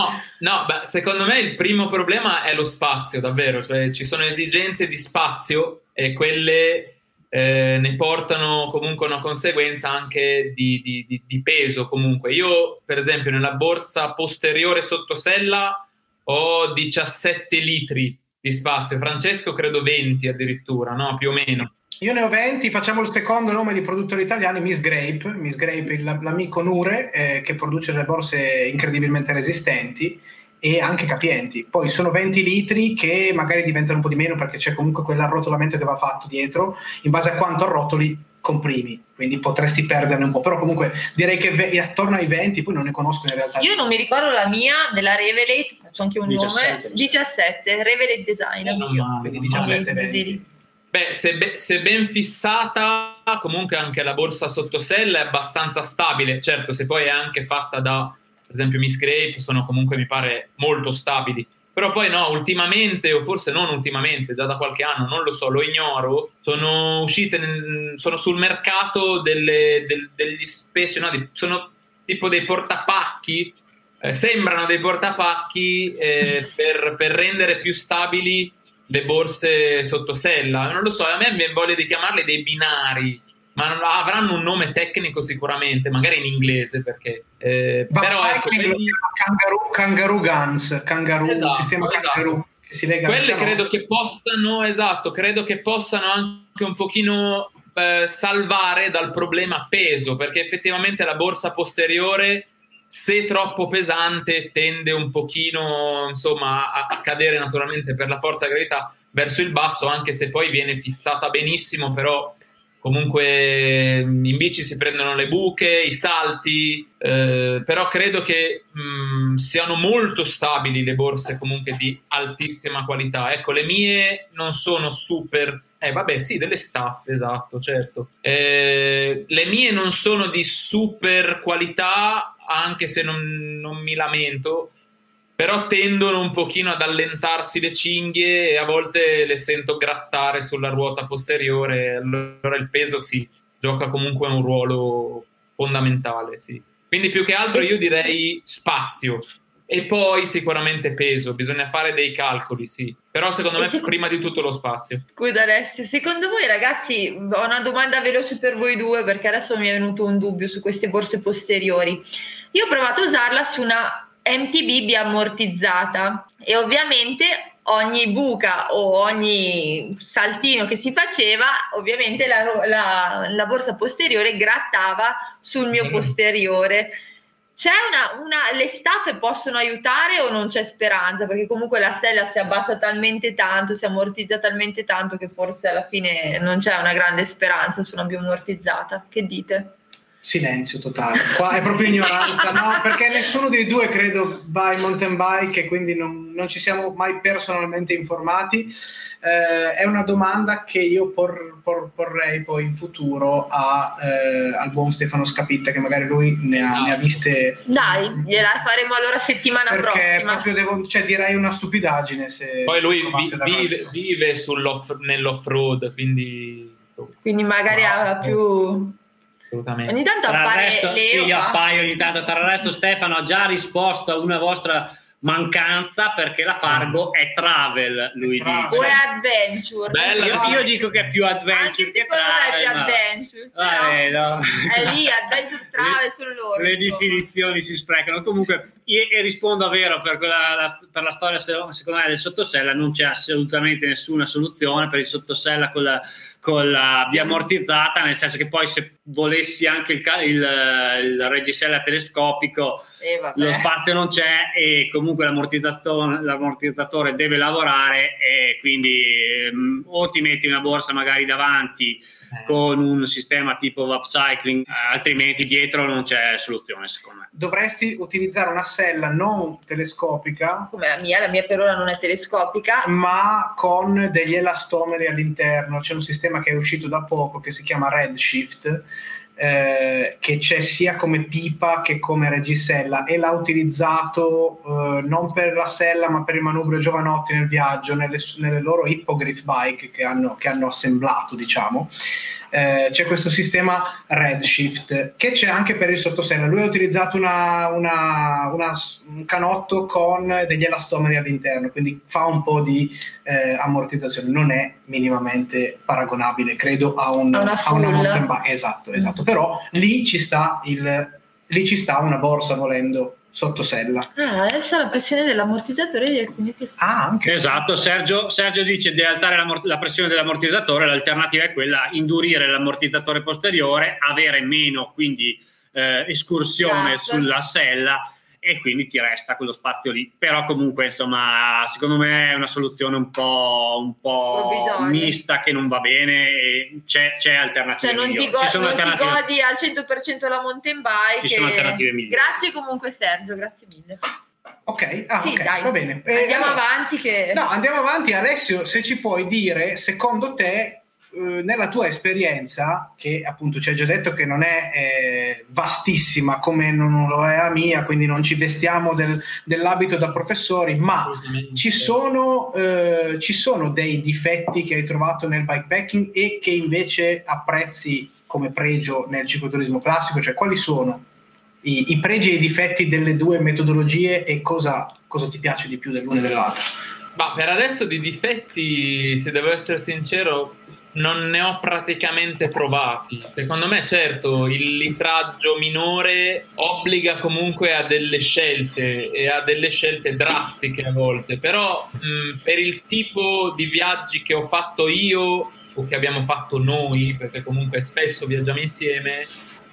Secondo me il primo problema è lo spazio, davvero, cioè ci sono esigenze di spazio e quelle ne portano comunque una conseguenza anche di peso comunque. Io per esempio nella borsa posteriore sottosella ho 17 litri di spazio, Francesco credo 20 addirittura, no? Più o meno.
Io ne ho 20, facciamo il secondo nome di produttori italiani, Miss Grape, l'amico Nure, che produce delle borse incredibilmente resistenti e anche capienti. Poi sono 20 litri che magari diventano un po' di meno perché c'è comunque quell'arrotolamento che va fatto dietro, in base a quanto arrotoli comprimi, quindi potresti perderne un po', però comunque direi che attorno ai 20, poi non ne conosco in realtà.
Io non mi ricordo la mia, della Revelate, faccio anche un 17, nome, 17, Revelate Design,
quindi 17-20.
Beh, se ben fissata, comunque anche la borsa sottosella è abbastanza stabile. Certo, se poi è anche fatta da, per esempio, Miss Grape, sono comunque, mi pare, molto stabili. Però poi no, ultimamente, o forse non ultimamente, già da qualche anno, non lo so, lo ignoro, sono uscite, sono sul mercato degli specie, no, sono tipo dei portapacchi, sembrano dei portapacchi per rendere più stabili le borse sottosella, non lo so, a me viene voglia di chiamarli dei binari, ma avranno un nome tecnico sicuramente, magari in inglese, perché però ecco,
Kangaroo Guns,
esatto,
sistema Kangaroo che si lega.
Quelle credo che possano, anche un pochino salvare dal problema peso, perché effettivamente la borsa posteriore, se troppo pesante, tende un pochino, insomma, a cadere naturalmente per la forza della gravità verso il basso, anche se poi viene fissata benissimo, però comunque in bici si prendono le buche, i salti, però credo che siano molto stabili le borse comunque di altissima qualità. Ecco, le mie non sono super... vabbè, sì, delle Staff, esatto, certo. Le mie non sono di super qualità, anche se non mi lamento, però tendono un pochino ad allentarsi le cinghie e a volte le sento grattare sulla ruota posteriore, allora il peso sì, gioca comunque un ruolo fondamentale, sì. Quindi più che altro io direi spazio. E poi sicuramente peso, bisogna fare dei calcoli, sì. Però secondo me prima di tutto lo spazio.
Scusa Alessio, secondo voi ragazzi, ho una domanda veloce per voi due perché adesso mi è venuto un dubbio su queste borse posteriori. Io ho provato a usarla su una MTB biammortizzata e ovviamente ogni buca o ogni saltino che si faceva, ovviamente la borsa posteriore grattava sul mio posteriore. C'è le staffe possono aiutare o non c'è speranza? Perché comunque la sella si abbassa talmente tanto, si ammortizza talmente tanto che forse alla fine non c'è una grande speranza su una bioammortizzata. Che dite?
Silenzio totale, qua è proprio ignoranza, no, perché nessuno dei due credo va in mountain bike e quindi non ci siamo mai personalmente informati. È una domanda che io porrei poi in futuro al buon Stefano Scapitta, che magari lui ne ha viste.
Dai, gliela faremo allora settimana prossima.
Perché proprio direi una stupidaggine se
poi lui vive nell'off-road, quindi
magari ha più...
Assolutamente.
Ogni tanto appare Leo.
Sì, io appaio ogni tanto. Tra il resto Stefano ha già risposto a una vostra mancanza, perché la Fargo è travel, lui dice.
O è adventure.
Io dico che è più adventure che travel.
È lì, adventure travel sono loro.
Le definizioni si sprecano. Comunque, e rispondo a Vero, per la storia secondo me del sottosella non c'è assolutamente nessuna soluzione per il sottosella con la biammortizzata, nel senso che poi se volessi anche il reggisella telescopico, lo spazio non c'è, e comunque l'ammortizzatore deve lavorare, e quindi o ti metti una borsa magari davanti con un sistema tipo upcycling, altrimenti dietro non c'è soluzione, secondo me.
Dovresti utilizzare una sella non telescopica,
come la mia per ora non è telescopica,
ma con degli elastomeri all'interno. C'è un sistema che è uscito da poco che si chiama Redshift, che c'è sia come pipa che come reggisella, e l'ha utilizzato non per la sella ma per il manubrio Giovanotti nel viaggio, nelle loro Hippogriff bike che hanno assemblato, diciamo. C'è questo sistema Redshift che c'è anche per il sottosella. Lui ha utilizzato un canotto con degli elastomeri all'interno, quindi fa un po' di ammortizzazione. Non è minimamente paragonabile, credo, a una mountain bike. Esatto, però lì ci sta una borsa, volendo, sottosella.
Alza la pressione dell'ammortizzatore di alcuni
anche. Esatto, Sergio dice di alzare la pressione dell'ammortizzatore. L'alternativa è quella: indurire l'ammortizzatore posteriore, avere meno quindi escursione sulla sella, e quindi ti resta quello spazio lì. Però comunque, insomma, secondo me è una soluzione un po' mista, che non va bene, e c'è alternative migliori.
Ti godi al 100% la mountain bike.
Ci sono alternative migliori.
Grazie comunque Sergio, grazie mille.
Ok,
dai,
va bene.
Andiamo avanti.
Andiamo avanti. Alessio, se ci puoi dire, secondo te, nella tua esperienza, che appunto ci hai già detto che non è vastissima come non lo è la mia, quindi non ci vestiamo dell'abito da professori, ma ci sono dei difetti che hai trovato nel bikepacking e che invece apprezzi come pregio nel cicloturismo classico? Cioè, quali sono i pregi e i difetti delle due metodologie, e cosa ti piace di più dell'una e dell'altra?
Ma per adesso di difetti, se devo essere sincero, non ne ho praticamente trovati. Secondo me, certo, il litraggio minore obbliga comunque a delle scelte, e a delle scelte drastiche a volte, però per il tipo di viaggi che ho fatto io, o che abbiamo fatto noi, perché comunque spesso viaggiamo insieme,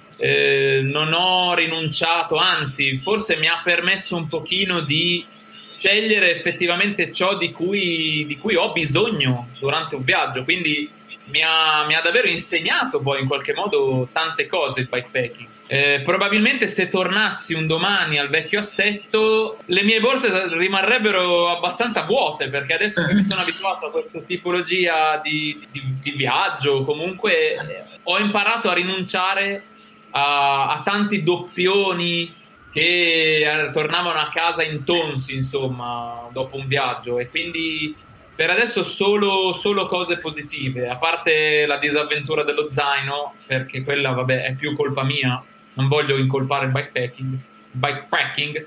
non ho rinunciato, anzi forse mi ha permesso un pochino di scegliere effettivamente ciò di cui ho bisogno durante un viaggio, quindi mi ha davvero insegnato poi in qualche modo tante cose il bikepacking. Probabilmente se tornassi un domani al vecchio assetto, le mie borse rimarrebbero abbastanza vuote, perché adesso che mi sono abituato a questa tipologia di viaggio, comunque ho imparato a rinunciare a tanti doppioni che tornavano a casa intonsi, insomma, dopo un viaggio, e quindi per adesso solo cose positive, a parte la disavventura dello zaino, perché quella, vabbè, è più colpa mia, non voglio incolpare il bikepacking,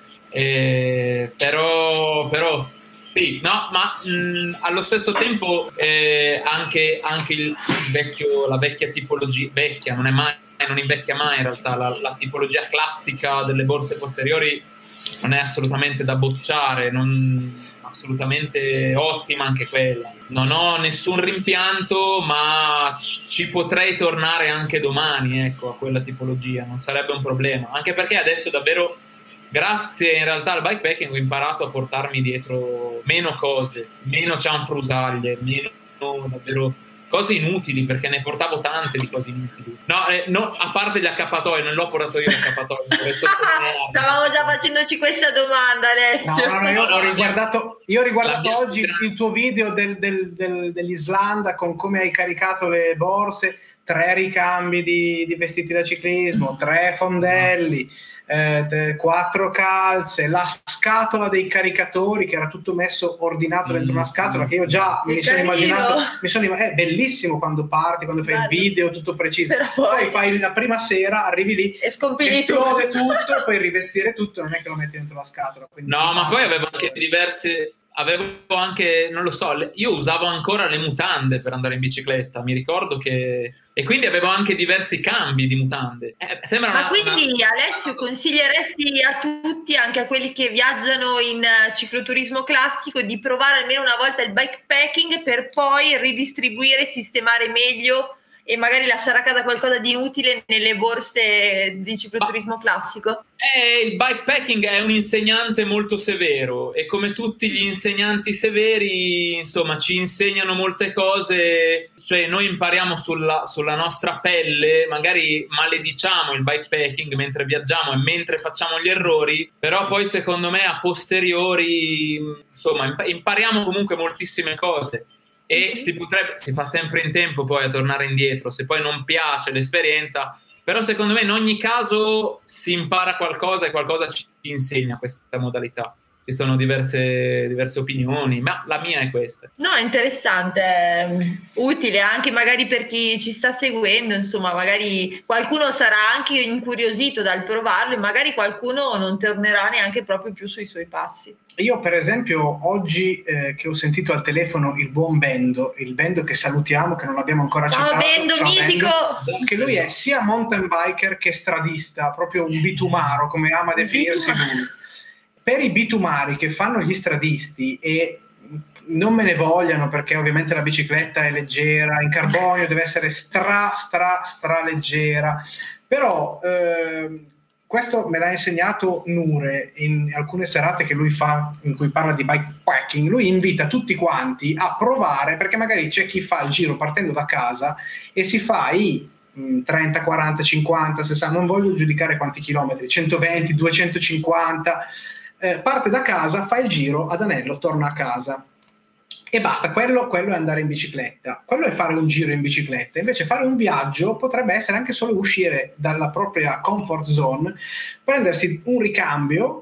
però sì, no, ma allo stesso tempo anche la vecchia tipologia, non invecchia mai in realtà, la tipologia classica delle borse posteriori non è assolutamente da bocciare, assolutamente ottima anche quella. Non ho nessun rimpianto, ma ci potrei tornare anche domani, ecco, a quella tipologia, non sarebbe un problema, anche perché adesso davvero, grazie in realtà al bikepacking, ho imparato a portarmi dietro meno cose, meno cianfrusaglie, meno davvero cose inutili, perché ne portavo tante di cose inutili. No, a parte gli accappatoi, non l'ho portato io l'accappatoio.
Stavamo già facendoci questa domanda, Alessio.
Io ho riguardato oggi il tuo video dell'Islanda con come hai caricato le borse, 3 ricambi di vestiti da ciclismo, 3 fondelli, 4 calze, la scatola dei caricatori che era tutto messo ordinato dentro una scatola che io già mi sono immaginato, è bellissimo quando parti, quando fai il video tutto preciso, poi fai la prima sera, arrivi lì, esplode tutto e poi rivestire tutto, non è che lo metti dentro la scatola.
Ma poi avevo anche, non lo so, io usavo ancora le mutande per andare in bicicletta, mi ricordo che... E quindi avevo anche diversi cambi di mutande.
Quindi Alessio, consiglieresti a tutti, anche a quelli che viaggiano in cicloturismo classico, di provare almeno una volta il bikepacking per poi ridistribuire e sistemare meglio e magari lasciare a casa qualcosa di utile nelle borse di cicloturismo classico?
Il bikepacking è un insegnante molto severo e come tutti gli insegnanti severi, insomma, ci insegnano molte cose, cioè noi impariamo sulla nostra pelle, magari malediciamo il bikepacking mentre viaggiamo e mentre facciamo gli errori, però poi secondo me a posteriori, insomma, impariamo comunque moltissime cose. E si fa sempre in tempo poi a tornare indietro, se poi non piace l'esperienza, però secondo me in ogni caso si impara qualcosa e qualcosa ci insegna questa modalità. Ci sono diverse opinioni, ma la mia è questa.
No, è interessante, utile anche magari per chi ci sta seguendo, insomma, magari qualcuno sarà anche incuriosito dal provarlo e magari qualcuno non tornerà neanche proprio più sui suoi passi.
Io per esempio oggi che ho sentito al telefono il buon Bendo, il Bendo che salutiamo, che non abbiamo ancora citato.
Bendo, mitico!
Bendo, che lui è sia mountain biker che stradista, proprio un bitumaro, come ama definirsi lui. Per i bitumari che fanno gli stradisti, e non me ne vogliano perché ovviamente la bicicletta è leggera, in carbonio deve essere stra leggera, però questo me l'ha insegnato Nure in alcune serate che lui fa in cui parla di bikepacking. Lui invita tutti quanti a provare, perché magari c'è chi fa il giro partendo da casa e si fa i 30, 40, 50, 60, non voglio giudicare quanti chilometri, 120, 250, parte da casa, fa il giro ad anello, torna a casa e basta. Quello è andare in bicicletta, quello è fare un giro in bicicletta. Invece fare un viaggio potrebbe essere anche solo uscire dalla propria comfort zone, prendersi un ricambio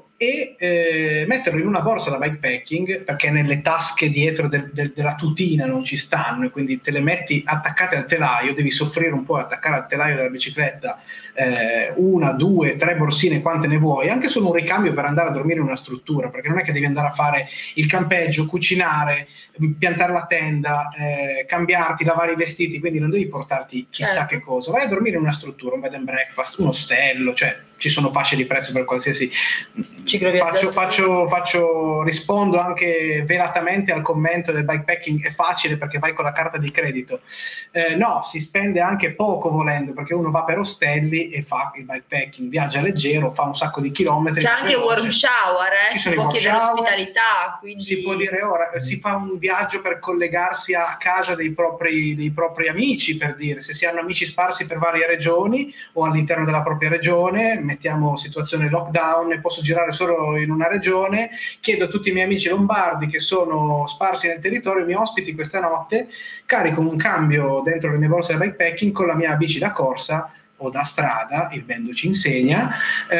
e metterlo in una borsa da bikepacking, perché nelle tasche dietro della tutina non ci stanno, e quindi te le metti attaccate al telaio, devi soffrire un po' ad attaccare al telaio della bicicletta 1, 2, 3 borsine, quante ne vuoi, anche solo un ricambio per andare a dormire in una struttura, perché non è che devi andare a fare il campeggio, cucinare, piantare la tenda, cambiarti, lavare i vestiti, quindi non devi portarti chissà che cosa, vai a dormire in una struttura, un bed and breakfast, un ostello, cioè ci sono fasce di prezzo per qualsiasi. Rispondo anche velatamente al commento del bikepacking è facile perché vai con la carta di credito. No, si spende anche poco volendo, perché uno va per ostelli e fa il bikepacking, viaggia leggero, fa un sacco di chilometri.
C'è anche warm shower,
ci sono
si può chiedere ospitalità, quindi...
si può dire ora, si fa un viaggio per collegarsi a casa dei propri amici, per dire, se si hanno amici sparsi per varie regioni o all'interno della propria regione, mettiamo situazione lockdown e posso girare solo in una regione, chiedo a tutti i miei amici lombardi che sono sparsi nel territorio, mi ospiti questa notte, carico un cambio dentro le mie borse da bikepacking con la mia bici da corsa o da strada, il Bendo ci insegna,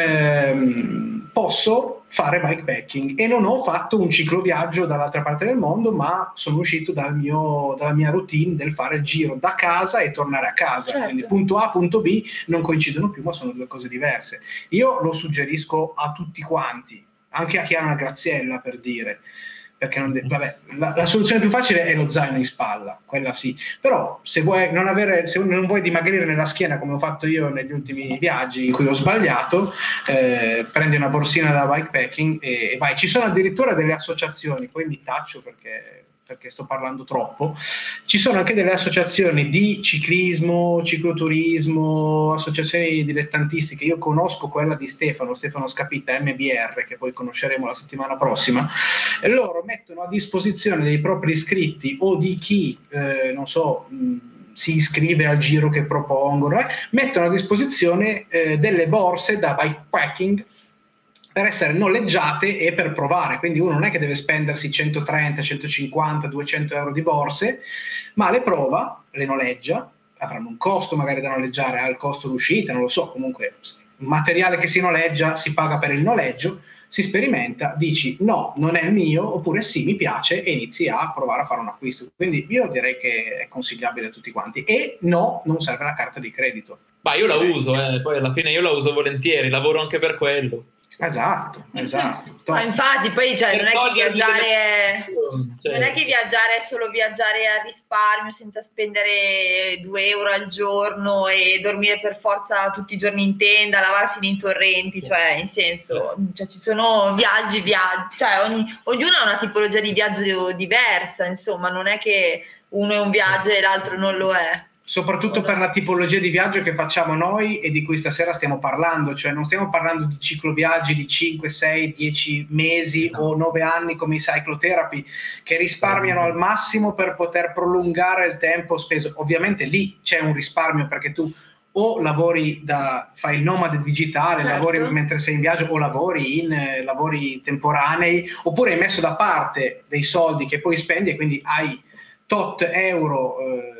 posso fare bikepacking e non ho fatto un cicloviaggio dall'altra parte del mondo, ma sono uscito dalla mia routine del fare il giro da casa e tornare a casa. Certo. Quindi punto A, punto B non coincidono più, ma sono due cose diverse. Io lo suggerisco a tutti quanti, anche a chi ha una graziella, per dire. perché la soluzione più facile è lo zaino in spalla, quella sì, però se non vuoi dimagrire nella schiena come ho fatto io negli ultimi viaggi in cui ho sbagliato, prendi una borsina da bikepacking e vai. Ci sono addirittura delle associazioni, poi mi taccio perché sto parlando troppo. Ci sono anche delle associazioni di ciclismo, cicloturismo, associazioni dilettantistiche. Io conosco quella di Stefano Scapita, MBR, che poi conosceremo la settimana prossima, e loro mettono a disposizione dei propri iscritti o di chi si iscrive al giro che propongono, mettono a disposizione delle borse da bikepacking per essere noleggiate e per provare. Quindi uno non è che deve spendersi 130, 150, 200 euro di borse, ma le prova, le noleggia, avranno un costo magari da noleggiare, ha il costo d'uscita, non lo so, comunque il materiale che si noleggia si paga per il noleggio, si sperimenta, dici no, non è il mio, oppure sì, mi piace, e inizi a provare a fare un acquisto. Quindi io direi che è consigliabile a tutti quanti. E no, non serve la carta di credito.
Ma io la uso, poi alla fine io la uso volentieri, lavoro anche per quello.
Esatto.
Ma infatti poi non è che viaggiare è solo viaggiare a risparmio senza spendere 2 euro al giorno e dormire per forza tutti i giorni in tenda, lavarsi nei torrenti, cioè in senso, ci sono viaggi, cioè ognuno ha una tipologia di viaggio diversa, insomma, non è che uno è un viaggio e l'altro non lo è.
Soprattutto per la tipologia di viaggio che facciamo noi e di cui stasera stiamo parlando, cioè non stiamo parlando di cicloviaggi di 5, 6, 10 mesi o 9 anni come i cyclotherapy, che risparmiano al massimo per poter prolungare il tempo speso. Ovviamente lì c'è un risparmio, perché tu o fai il nomade digitale, certo, lavori mentre sei in viaggio, o lavori temporanei, oppure hai messo da parte dei soldi che poi spendi e quindi hai tot euro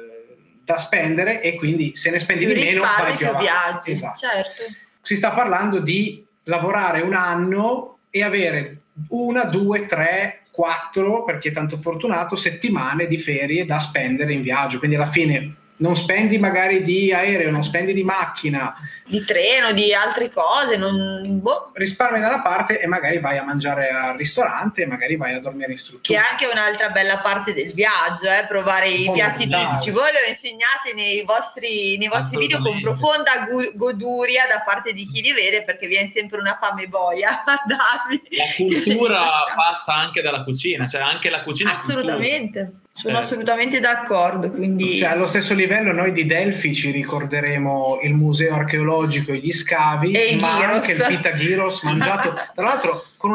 da spendere, e quindi se ne spendi di meno vai più avanti.
Viaggi, esatto. Certo.
Si sta parlando di lavorare un anno e avere 1, 2, 3, 4, per chi è tanto fortunato, settimane di ferie da spendere in viaggio, quindi alla fine non spendi magari di aereo, non spendi di macchina,
di treno, di altre cose,
risparmi da una parte e magari vai a mangiare al ristorante e magari vai a dormire in struttura.
Che è anche un'altra bella parte del viaggio, provare i piatti tipici. Voi lo insegnate nei vostri video con profonda goduria da parte di chi li vede, perché viene sempre una fame boia a darvi.
La cultura passa anche dalla cucina, cioè anche la cucina
assolutamente è cultura. Sono assolutamente d'accordo, quindi...
Cioè, allo stesso livello noi di Delphi ci ricorderemo il museo archeologico e gli scavi, ma anche il pita gyros mangiato, tra l'altro con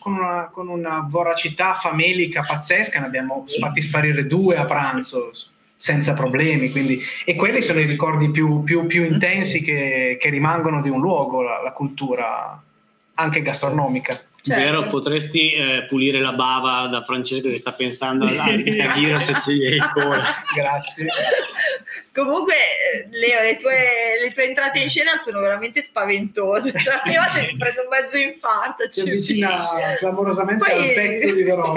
una voracità famelica pazzesca. Ne abbiamo fatti sparire 2 a pranzo senza problemi, quindi, e quelli sono i ricordi più intensi che rimangono di un luogo, la cultura anche gastronomica.
Certo. Vero, potresti pulire la bava da Francesco che sta pensando al giro se ci ancora.
Grazie.
Comunque Leo, le tue entrate in scena sono veramente spaventose, cioè, io ho preso un mezzo infarto.
Si avvicina clamorosamente al petto di Verona.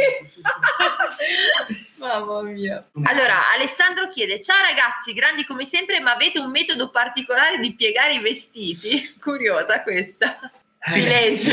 Mamma mia. Allora Alessandro chiede: ciao ragazzi, grandi come sempre, ma avete un metodo particolare di piegare i vestiti? Curiosa questa. Silenzio.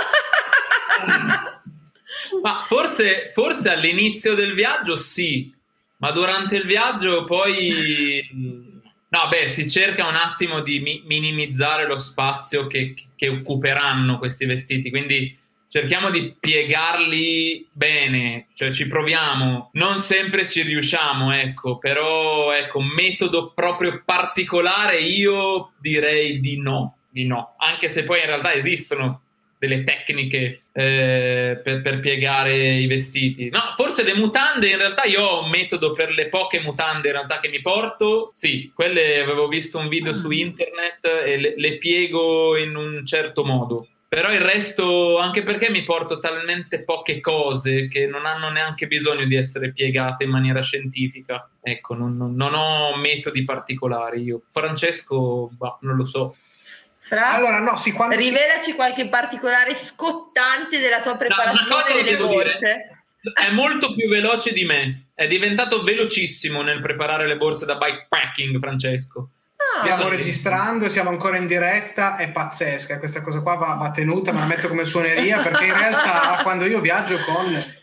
Ma forse all'inizio del viaggio sì, ma durante il viaggio poi si cerca un attimo di minimizzare lo spazio che occuperanno questi vestiti, quindi cerchiamo di piegarli bene, cioè ci proviamo, non sempre ci riusciamo, però un metodo proprio particolare io direi di no, anche se poi in realtà esistono delle tecniche per piegare i vestiti. No, forse le mutande, in realtà io ho un metodo per le poche mutande in realtà che mi porto, sì, quelle avevo visto un video su internet e le piego in un certo modo. Però il resto, anche perché mi porto talmente poche cose che non hanno neanche bisogno di essere piegate in maniera scientifica. Ecco, non ho metodi particolari io. Francesco, non lo so.
Allora, rivelaci qualche particolare scottante della tua preparazione delle borse.
È molto più veloce di me, è diventato velocissimo nel preparare le borse da bikepacking, Francesco.
Stiamo registrando, siamo ancora in diretta, è pazzesca, questa cosa qua va tenuta, me la metto come suoneria, perché in realtà quando io viaggio con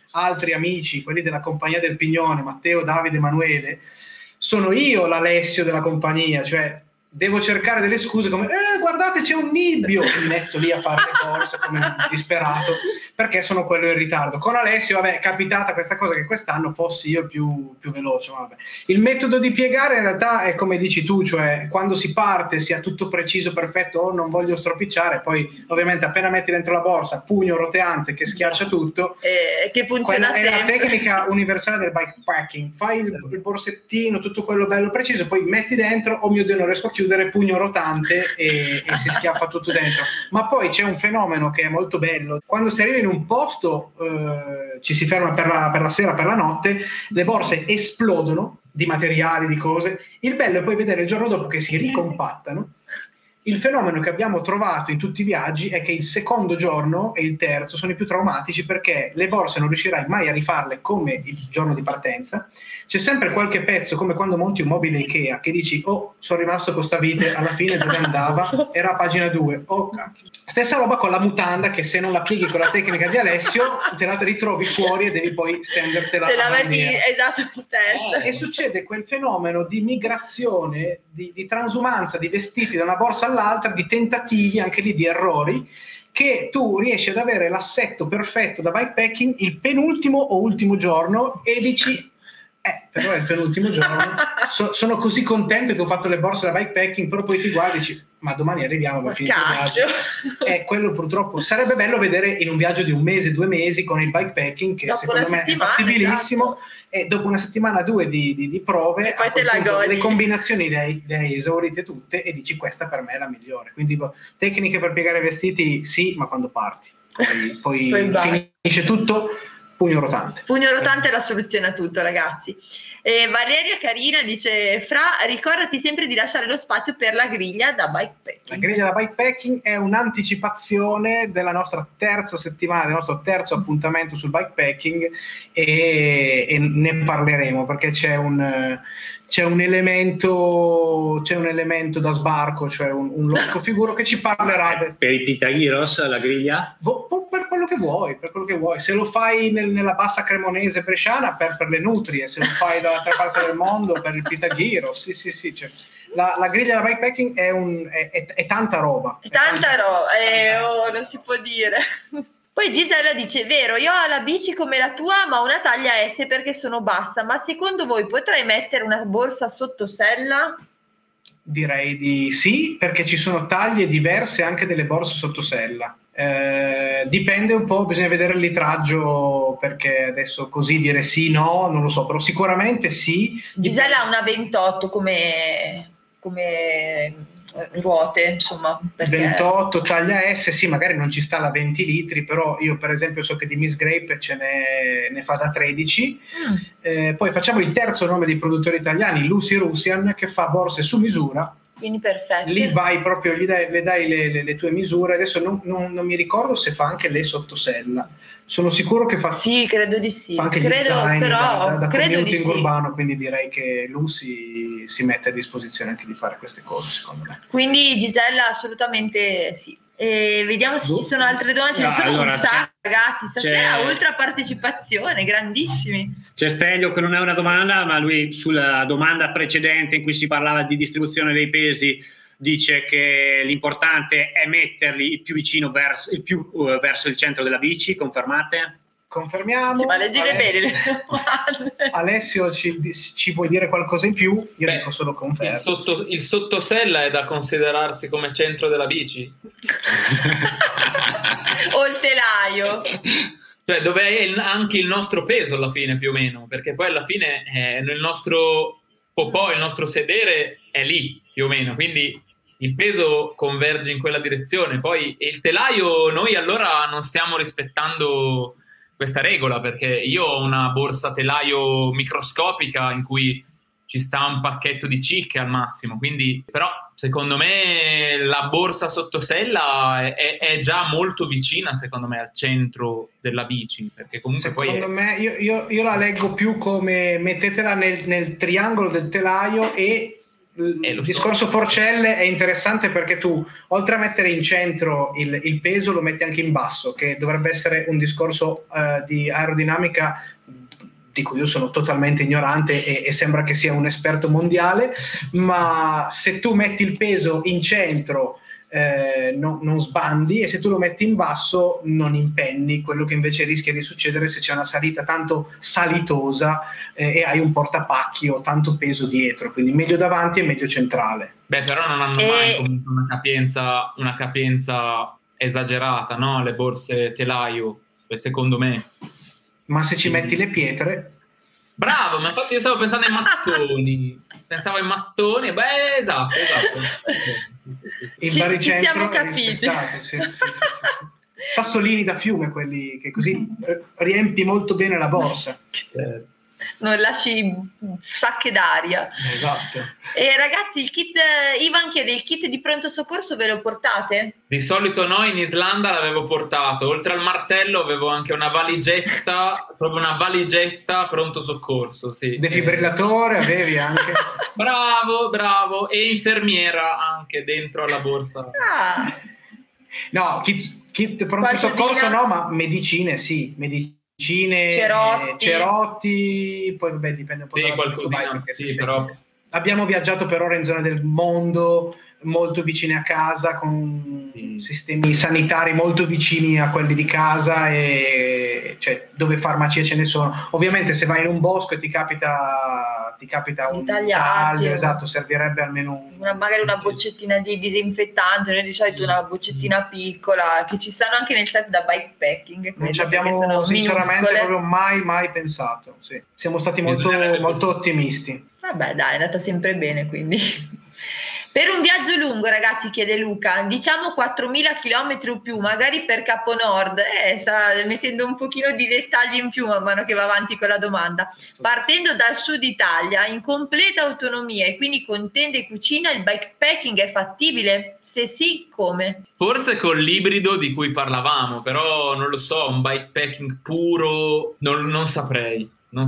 altri amici, quelli della compagnia del Pignone, Matteo, Davide, Emanuele, sono io l'Alessio della compagnia, cioè devo cercare delle scuse come guardate c'è un nibbio, mi metto lì a fare le corse come un disperato perché sono quello in ritardo. Con Alessio vabbè è capitata questa cosa che quest'anno fossi io il più veloce, vabbè. Il metodo di piegare in realtà è come dici tu, cioè quando si parte sia tutto preciso, perfetto, non voglio stropicciare, poi ovviamente appena metti dentro la borsa pugno roteante che schiaccia tutto,
che funziona
è la tecnica universale del bikepacking. Fai il borsettino, tutto quello bello preciso, poi metti dentro, oh mio Dio non riesco a chiudere, pugno rotante e si schiaffa tutto dentro. Ma poi c'è un fenomeno che è molto bello: quando si arriva in un posto, ci si ferma per la sera, per la notte, le borse esplodono di materiali, di cose. Il bello è poi vedere il giorno dopo che si ricompattano. Il fenomeno che abbiamo trovato in tutti i viaggi è che il secondo giorno e il terzo sono i più traumatici, perché le borse non riuscirai mai a rifarle come il giorno di partenza. C'è sempre qualche pezzo, come quando monti un mobile Ikea, che dici oh sono rimasto con sta vite, alla fine dove andava? Era a pagina 2, oh cacchio. Stessa roba con la mutanda, che se non la pieghi con la tecnica di Alessio te la ritrovi fuori e devi poi stendertela
te la metti esatto in testa.
E succede quel fenomeno di migrazione, di transumanza di vestiti da una borsa all'altra, di tentativi anche lì di errori, che tu riesci ad avere l'assetto perfetto da bikepacking il penultimo o ultimo giorno e dici però è il penultimo giorno, sono così contento che ho fatto le borse da bikepacking, però poi ti guardi e dici ma domani arriviamo alla fine del viaggio. Quello purtroppo sarebbe bello vedere in un viaggio di 1 mese, 2 mesi con il bikepacking, che dopo secondo me è fattibilissimo, esatto. E dopo una settimana, 2 di prove,
poi te la godi.
Le combinazioni le hai esaurite tutte e dici questa per me è la migliore. Quindi tecniche per piegare vestiti sì, ma quando parti poi finisce tutto. Pugno rotante.
Pugno rotante è la soluzione a tutto, ragazzi. Valeria Carina dice: Fra, ricordati sempre di lasciare lo spazio per la griglia da bikepacking.
La griglia da bikepacking è un'anticipazione della nostra terza settimana, del nostro terzo appuntamento sul bikepacking, e ne parleremo perché c'è un elemento da sbarco, cioè un losco figuro che ci parlerà
per i Pitagiros, la griglia?
Per quello che vuoi, se lo fai nella bassa cremonese bresciana per le nutrie, se lo fai dall'altra parte del mondo per il Pitagiros, sì, cioè, la griglia da bikepacking è tanta roba.
Non si può dire. Poi Gisella dice: vero, io ho la bici come la tua ma una taglia S perché sono bassa, ma secondo voi potrei mettere una borsa sotto sella?
Direi di sì, perché ci sono taglie diverse anche delle borse sotto sella. Dipende un po', bisogna vedere il litraggio, perché adesso così dire sì, no, non lo so, però sicuramente sì.
Gisella ha una 28 come ruote, insomma, perché...
28 taglia S, sì, magari non ci sta la 20 litri, però io per esempio so che di Miss Grape ne fa da 13. Poi facciamo il terzo nome dei produttori italiani, Lucy Russian, che fa borse su misura.
Quindi perfetto.
Lì vai proprio, le dai le tue misure. Adesso non mi ricordo se fa anche le sottosella. Sono sicuro che fa.
Sì, credo di sì.
Fa anche
credo,
gli zaini
però,
da commuting
sì.
urbano, quindi direi che Lucy si mette a disposizione anche di fare queste cose, secondo me.
Quindi Gisella assolutamente sì. Vediamo se ci sono altre domande. Ce ne sono un sacco, ragazzi. Stasera ultra partecipazione, grandissimi.
C'è Stelio che non è una domanda, ma lui sulla domanda precedente in cui si parlava di distribuzione dei pesi dice che l'importante è metterli il più vicino verso il centro della bici. Confermate?
Confermiamo.
Sì, ma leggere bene le domande.
Alessio, ci vuoi dire qualcosa in più? Io dico solo confermo.
Il sottosella è da considerarsi come centro della bici?
O il telaio?
Cioè, dov'è anche il nostro peso alla fine, più o meno, perché poi alla fine il nostro popò, il nostro sedere è lì, più o meno, quindi il peso converge in quella direzione. Poi il telaio, noi allora non stiamo rispettando questa regola, perché io ho una borsa telaio microscopica in cui ci sta un pacchetto di cicche al massimo, quindi però secondo me la borsa sottosella è già molto vicina, secondo me, al centro della bici, perché comunque
secondo me io la leggo più come mettetela nel triangolo del telaio e Il discorso forcelle è interessante perché tu, oltre a mettere in centro il peso, lo metti anche in basso, che dovrebbe essere un discorso di aerodinamica di cui io sono totalmente ignorante e sembra che sia un esperto mondiale, ma se tu metti il peso in centro non sbandi, e se tu lo metti in basso non impenni, quello che invece rischia di succedere se c'è una salita tanto salitosa e hai un portapacchi o tanto peso dietro, quindi meglio davanti e meglio centrale.
Beh, però non hanno mai comunque una capienza esagerata, no? Le borse telaio, secondo me.
Ma se ci metti le pietre...
Bravo, ma infatti io stavo pensando ai mattoni. Pensavo ai mattoni, beh, esatto.
Il baricentro
siamo capiti.
Sì. Sassolini da fiume, quelli che così riempi molto bene la borsa.
Non lasci sacche d'aria.
Esatto.
E ragazzi, il kit, Ivan chiede, il kit di pronto soccorso ve lo portate?
Di solito no, in Islanda l'avevo portato. Oltre al martello avevo anche una valigetta, proprio una valigetta pronto soccorso, sì.
Defibrillatore avevi anche?
Bravo. E infermiera anche dentro alla borsa.
No, kit pronto soccorso no, ma medicine sì, cerotti, poi vabbè, dipende un po' da
qualcosina, sì, però
abbiamo viaggiato per ora in zone del mondo molto vicine a casa, con sistemi sanitari molto vicini a quelli di casa, e cioè dove farmacie ce ne sono. Ovviamente se vai in un bosco e ti capita un taglio, esatto, servirebbe almeno
magari una boccettina di disinfettante. Noi di solito una boccettina piccola, che ci stanno anche nel set da bikepacking.
Non ci abbiamo sinceramente proprio mai pensato. Sì. Siamo stati molto ottimisti.
Vabbè, dai, è andata sempre bene, quindi. Per un viaggio lungo, ragazzi, chiede Luca, diciamo 4.000 km o più, magari per Capo Nord, sta mettendo un pochino di dettagli in più man mano che va avanti con la domanda. Partendo dal sud Italia, in completa autonomia e quindi con tende e cucina, il bikepacking è fattibile? Se sì, come?
Forse con l'ibrido di cui parlavamo, però non lo so, un bikepacking puro, non saprei.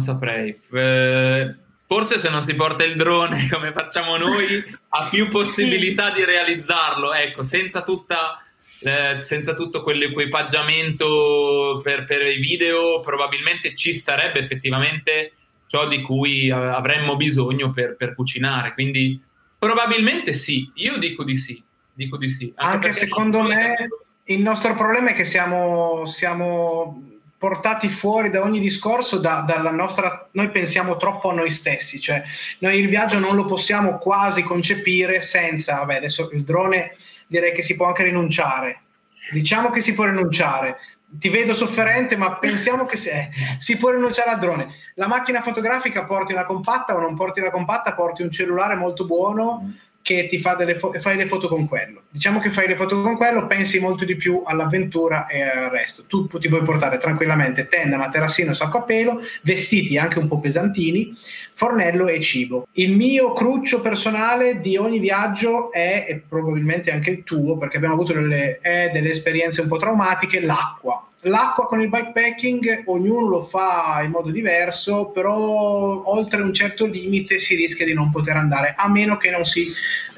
Forse se non si porta il drone come facciamo noi ha più possibilità di realizzarlo, ecco, senza tutto quell'equipaggiamento per i video. Probabilmente ci starebbe effettivamente ciò di cui avremmo bisogno per cucinare, quindi probabilmente sì, io dico di sì.
Anche secondo me il nostro problema è che siamo portati fuori da ogni discorso dalla nostra, noi pensiamo troppo a noi stessi, cioè noi il viaggio non lo possiamo quasi concepire senza, vabbè, adesso il drone direi che si può anche rinunciare, diciamo che si può rinunciare, ti vedo sofferente, ma pensiamo che si può rinunciare al drone. La macchina fotografica, porti una compatta o non porti una compatta, porti un cellulare molto buono che ti fa fai le foto con quello. Diciamo che fai le foto con quello, pensi molto di più all'avventura e al resto. Tu ti puoi portare tranquillamente tenda, materassino, sacco a pelo, vestiti anche un po' pesantini, fornello e cibo. Il mio cruccio personale di ogni viaggio e probabilmente anche il tuo, perché abbiamo avuto delle esperienze un po' traumatiche, l'acqua. L'acqua con il bikepacking ognuno lo fa in modo diverso, però oltre un certo limite si rischia di non poter andare, a meno che non si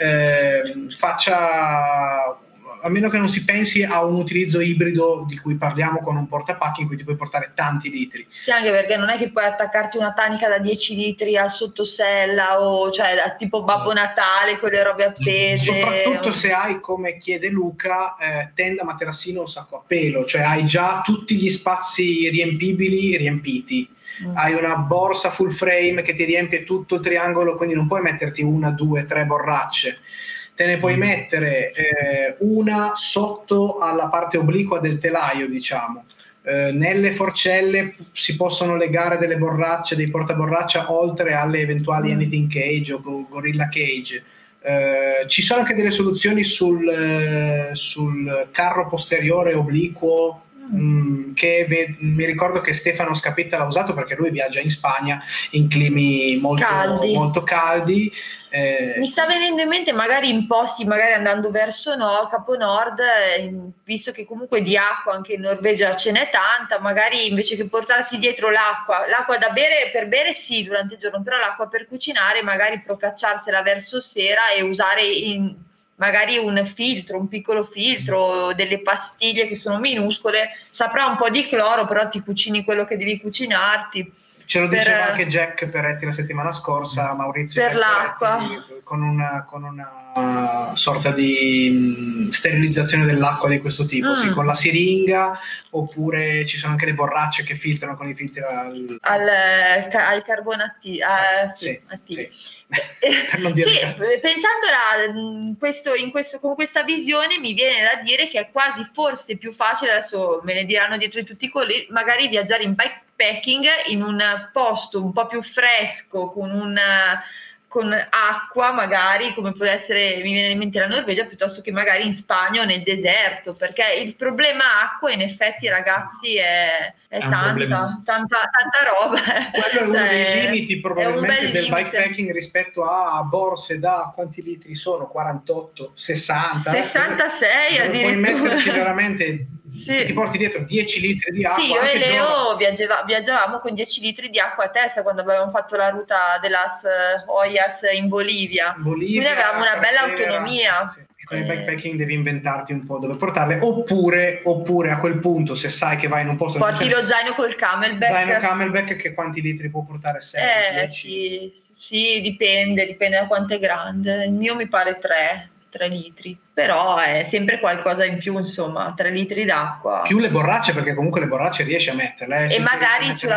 a meno che non si pensi a un utilizzo ibrido di cui parliamo, con un portapacchi in cui ti puoi portare tanti litri.
Sì, anche perché non è che puoi attaccarti una tanica da 10 litri al sottosella, o cioè tipo Babbo Natale con le robe appese.
Soprattutto se hai, come chiede Luca, tenda, materassino o sacco a pelo, cioè hai già tutti gli spazi riempiti. Hai una borsa full frame che ti riempie tutto il triangolo, quindi non puoi metterti 1, 2, 3 borracce. Te ne puoi mettere una sotto alla parte obliqua del telaio, diciamo. Nelle forcelle si possono legare delle borracce, dei portaborraccia, oltre alle eventuali anything cage o gorilla cage. Ci sono anche delle soluzioni sul carro posteriore obliquo, che mi ricordo che Stefano Scappetta l'ha usato perché lui viaggia in Spagna in climi molto caldi.
Mi sta venendo in mente magari in posti, magari andando verso Capo Nord, visto che comunque di acqua anche in Norvegia ce n'è tanta, magari invece che portarsi dietro l'acqua da bere, per bere sì durante il giorno, però l'acqua per cucinare magari procacciarsela verso sera e usare magari un piccolo filtro, delle pastiglie che sono minuscole, saprà un po' di cloro, però ti cucini quello che devi cucinarti.
Ce lo diceva anche Jack Peretti la settimana scorsa, Maurizio
per l'acqua,
con una sorta di sterilizzazione dell'acqua di questo tipo, sì, con la siringa, oppure ci sono anche le borracce che filtrano con i filtri
al carbone attivo.
Sì.
Per non dire con questa visione mi viene da dire che è quasi forse più facile, adesso me ne diranno dietro di tutti i colori, magari viaggiare in bikepacking in un posto un po' più fresco con acqua, magari come può essere, mi viene in mente la Norvegia, piuttosto che magari in Spagna o nel deserto, perché il problema acqua in effetti, ragazzi, è tanta roba.
Quello è uno dei limiti probabilmente del bikepacking rispetto a borse da quanti litri sono? 48, 60?
66 addirittura.
Puoi metterci veramente, ti porti dietro 10 litri di acqua.
Sì, io e Leo viaggiavamo con 10 litri di acqua a testa quando avevamo fatto la ruta dell'As Hoyas in Bolivia. Quindi avevamo una bella autonomia.
Sì. Con il bikepacking devi inventarti un po' dove portarle, oppure a quel punto, se sai che vai in un posto,
porti lo zaino col
camelback, che quanti litri può portare? 6, 10?
Sì, dipende da quanto è grande. Il mio mi pare 3 litri, però è sempre qualcosa in più, insomma, 3 litri d'acqua.
Più le borracce, perché comunque le borracce riesci a metterle.
E magari sulla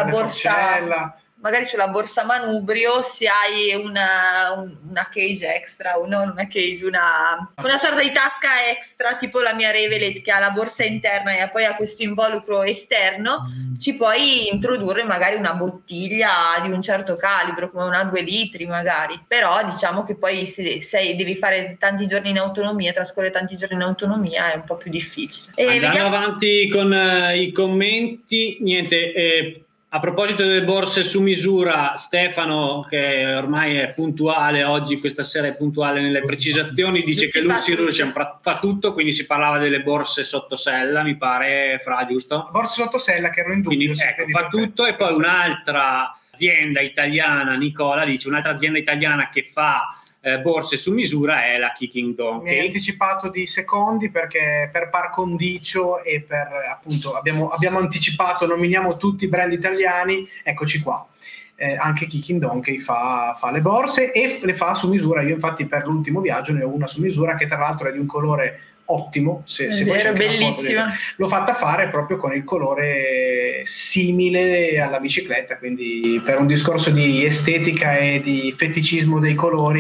borsa manubrio, se hai una cage extra, una sorta di tasca extra, tipo la mia Revelet che ha la borsa interna e poi ha questo involucro esterno, ci puoi introdurre magari una bottiglia di un certo calibro, come una 2 litri magari, però diciamo che poi se devi fare tanti giorni in autonomia, trascorrere tanti giorni in autonomia, è un po' più difficile.
Andando avanti con i commenti, niente, a proposito delle borse su misura, Stefano, che ormai è puntuale oggi, questa sera è puntuale nelle precisazioni, dice che lui si riesce fa tutto, quindi si parlava delle borse sotto sella, mi pare, giusto?
Borse sotto sella che erano in dubbio.
Quindi ecco, fa tutto. E poi un'altra azienda italiana, Nicola dice, un'altra azienda italiana che fa borse su misura è la Kicking Donkey.
Mi hai anticipato di secondi perché per par condicio e per appunto abbiamo anticipato, nominiamo tutti i brand italiani, eccoci qua. Anche Kicking Donkey fa le borse e le fa su misura. Io infatti per l'ultimo viaggio ne ho una su misura che tra l'altro è di un colore ottimo, se vuoi c'è
bellissima.
L'ho fatta fare proprio con il colore simile alla bicicletta, quindi per un discorso di estetica e di feticismo dei colori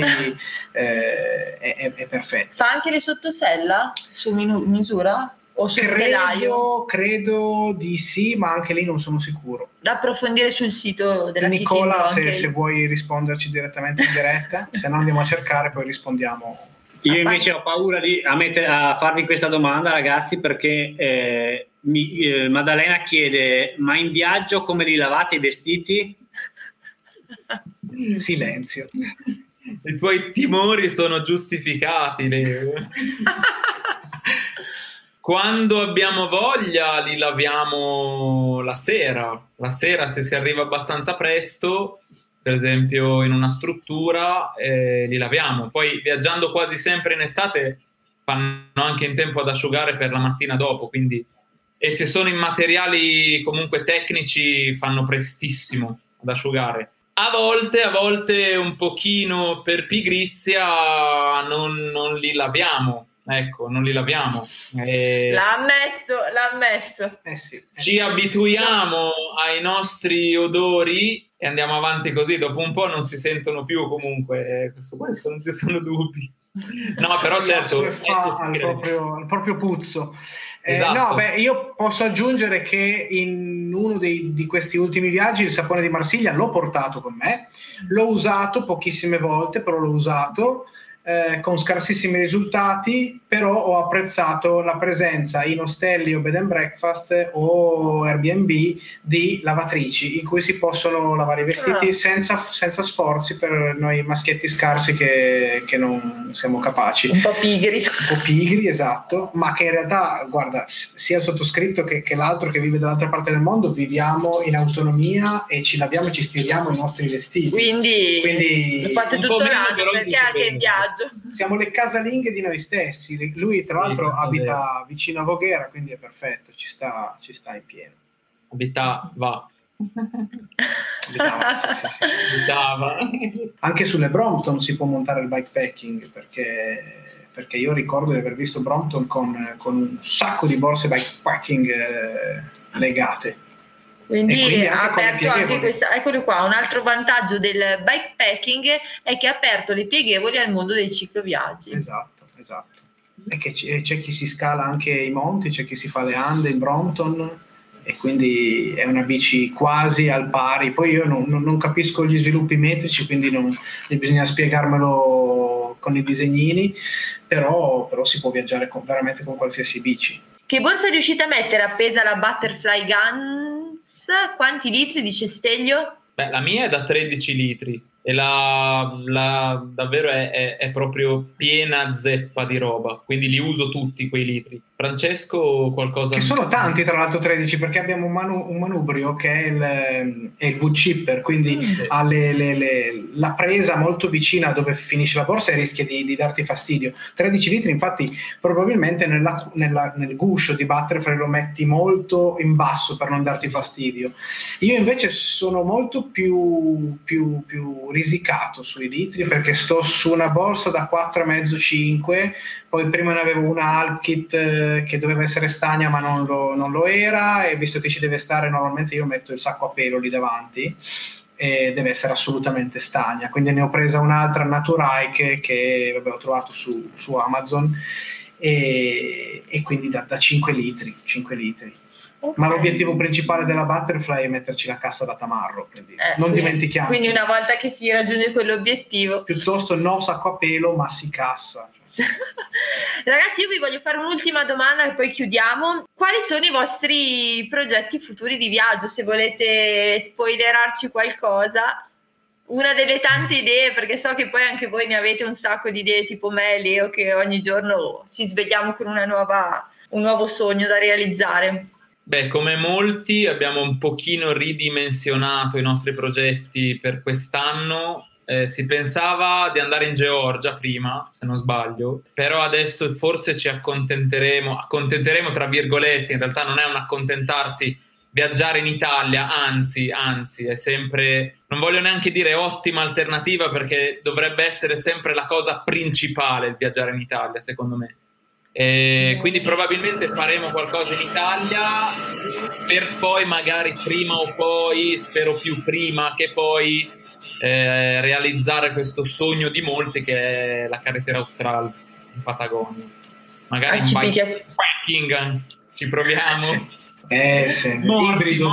è perfetto.
Fa anche le sottosella su misura? O sul telaio?
Credo di sì, ma anche lì non sono sicuro.
Da approfondire sul sito della
Nicola, se vuoi risponderci direttamente in diretta, se no andiamo a cercare, poi rispondiamo.
Io invece ho paura a farvi questa domanda, ragazzi, perché Maddalena chiede: ma in viaggio come li lavate i vestiti?
Silenzio.
I tuoi timori sono giustificati. Quando abbiamo voglia li laviamo la sera. La sera, se si arriva abbastanza presto, per esempio in una struttura, li laviamo. Poi viaggiando quasi sempre in estate fanno anche in tempo ad asciugare per la mattina dopo, quindi, e se sono in materiali comunque tecnici fanno prestissimo ad asciugare. A volte un pochino per pigrizia non li laviamo. Ecco, non li laviamo.
L'ha ammesso.
Ci abituiamo ai nostri odori e andiamo avanti così. Dopo un po' non si sentono più comunque. Su questo non ci sono dubbi. No, però certo.
Al proprio puzzo.
Esatto.
Io posso aggiungere che in uno di questi ultimi viaggi il sapone di Marsiglia l'ho portato con me. L'ho usato pochissime volte, però l'ho usato. Con scarsissimi risultati, però ho apprezzato la presenza in ostelli o bed and breakfast o Airbnb di lavatrici in cui si possono lavare i vestiti senza sforzi per noi maschietti scarsi che non siamo capaci.
Un po' pigri,
esatto, ma che in realtà, guarda, sia il sottoscritto che l'altro che vive dall'altra parte del mondo, viviamo in autonomia e ci laviamo e ci stiriamo i nostri vestiti.
Quindi fate tutto l'anno, perché anche in viaggio.
Siamo le casalinghe di noi stessi. Lui tra l'altro abita vicino a Voghera, quindi è perfetto, ci sta in pieno.
Abitava.
Anche sulle Brompton si può montare il bikepacking, perché io ricordo di aver visto Brompton con un sacco di borse bikepacking legate.
Quindi ha aperto anche questa, eccolo qua, un altro vantaggio del bikepacking è che ha aperto le pieghevoli al mondo dei cicloviaggi.
Esatto. E che c'è chi si scala anche i monti, c'è chi si fa le ande in Brompton, e quindi è una bici quasi al pari. Poi io non capisco gli sviluppi metrici, quindi bisogna spiegarmelo con i disegnini, però si può viaggiare veramente con qualsiasi bici.
Che borsa riuscite a mettere appesa alla Butterfly Guns? Quanti litri, dice Stelio?
Beh, la mia è da 13 litri e davvero è proprio piena zeppa di roba, quindi li uso tutti quei litri. Francesco, qualcosa?
Che sono tanti, tra l'altro 13, perché abbiamo un manubrio che è il V-Chipper, quindi ha la presa molto vicina dove finisce la borsa e rischia di darti fastidio. 13 litri, infatti, probabilmente nel guscio di Butterfly lo metti molto in basso per non darti fastidio. Io invece sono molto più risicato sui litri, perché sto su una borsa da 4,5-5, poi prima ne avevo una Alpkit che doveva essere stagna ma non lo era, e visto che ci deve stare, normalmente io metto il sacco a pelo lì davanti e deve essere assolutamente stagna, quindi ne ho presa un'altra Naturike che ho trovato su Amazon, e quindi da 5 litri. Okay. Ma l'obiettivo principale della Butterfly è metterci la cassa da tamarro, non dimentichiamo.
Quindi una volta che si raggiunge quell'obiettivo,
piuttosto no sacco a pelo ma si cassa.
Ragazzi, io vi voglio fare un'ultima domanda e poi chiudiamo. Quali sono i vostri progetti futuri di viaggio? Se volete spoilerarci qualcosa, una delle tante idee, perché so che poi anche voi ne avete un sacco di idee, tipo me e Leo, che ogni giorno ci svegliamo con un nuovo sogno da realizzare.
Beh, come molti abbiamo un pochino ridimensionato i nostri progetti per quest'anno. Si pensava di andare in Georgia prima, se non sbaglio, però adesso forse ci accontenteremo tra virgolette, in realtà non è un accontentarsi, viaggiare in Italia, anzi è sempre, non voglio neanche dire ottima alternativa, perché dovrebbe essere sempre la cosa principale il viaggiare in Italia, secondo me. Quindi probabilmente faremo qualcosa in Italia per poi magari prima o poi, spero più prima che poi, realizzare questo sogno di molti che è la carretera australe in Patagonia. Magari un bikepacking, ci proviamo.
Ibrido,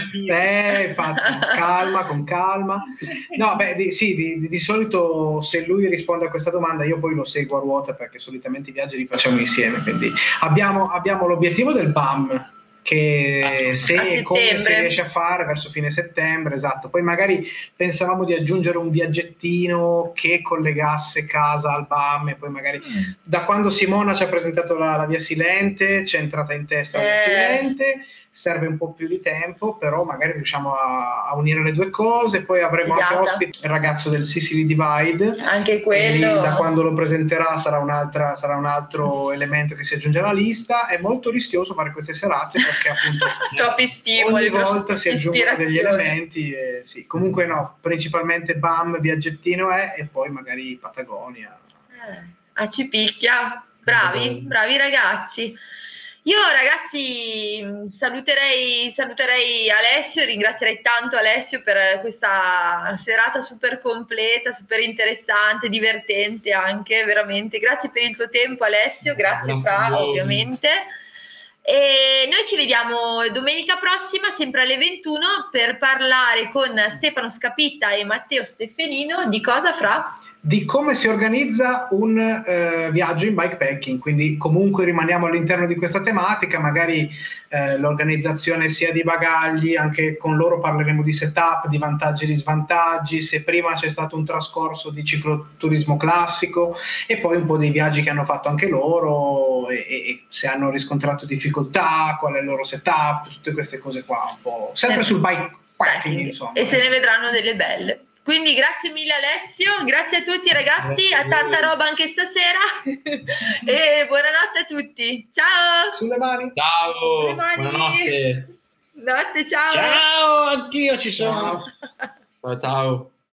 con calma. No, beh, di solito se lui risponde a questa domanda io poi lo seguo a ruota, perché solitamente i viaggi li facciamo insieme, quindi abbiamo l'obiettivo del BAM, che se si riesce a fare verso fine settembre, esatto. Poi magari pensavamo di aggiungere un viaggettino che collegasse casa al BAM, e poi magari da quando Simona ci ha presentato la Via Silente c'è entrata in testa la Via Silente, serve un po' più di tempo, però magari riusciamo a unire le due cose. Poi avremo anche ospite il ragazzo del Sicily Divide,
anche quello,
da quando lo presenterà sarà un altro elemento che si aggiunge alla lista. È molto rischioso fare queste serate, perché appunto
troppi stimoli,
ogni volta si aggiungono degli elementi, sì. Comunque no, principalmente BAM, viaggettino e poi magari Patagonia.
Ci picchia, bravi ragazzi. Io ragazzi saluterei Alessio, ringrazierei tanto Alessio per questa serata super completa, super interessante, divertente anche, veramente. Grazie per il tuo tempo Alessio, grazie Fra, ovviamente. E noi ci vediamo domenica prossima, sempre alle 21, per parlare con Stefano Scapitta e Matteo Steffenino di cosa, Fra?
di come si organizza un viaggio in bikepacking, quindi comunque rimaniamo all'interno di questa tematica, magari l'organizzazione sia di bagagli, anche con loro parleremo di setup, di vantaggi e di svantaggi, se prima c'è stato un trascorso di cicloturismo classico e poi un po' dei viaggi che hanno fatto anche loro e se hanno riscontrato difficoltà, qual è il loro setup, tutte queste cose qua, un po' sempre sul bikepacking, insomma.
E se ne vedranno delle belle. Quindi grazie mille Alessio, grazie a tutti ragazzi, a tanta roba anche stasera e buonanotte a tutti. Ciao!
Sulle mani!
Ciao!
Sulle mani.
Buonanotte!
Notte, ciao!
Ciao, anch'io ci sono!
Ciao! Ciao!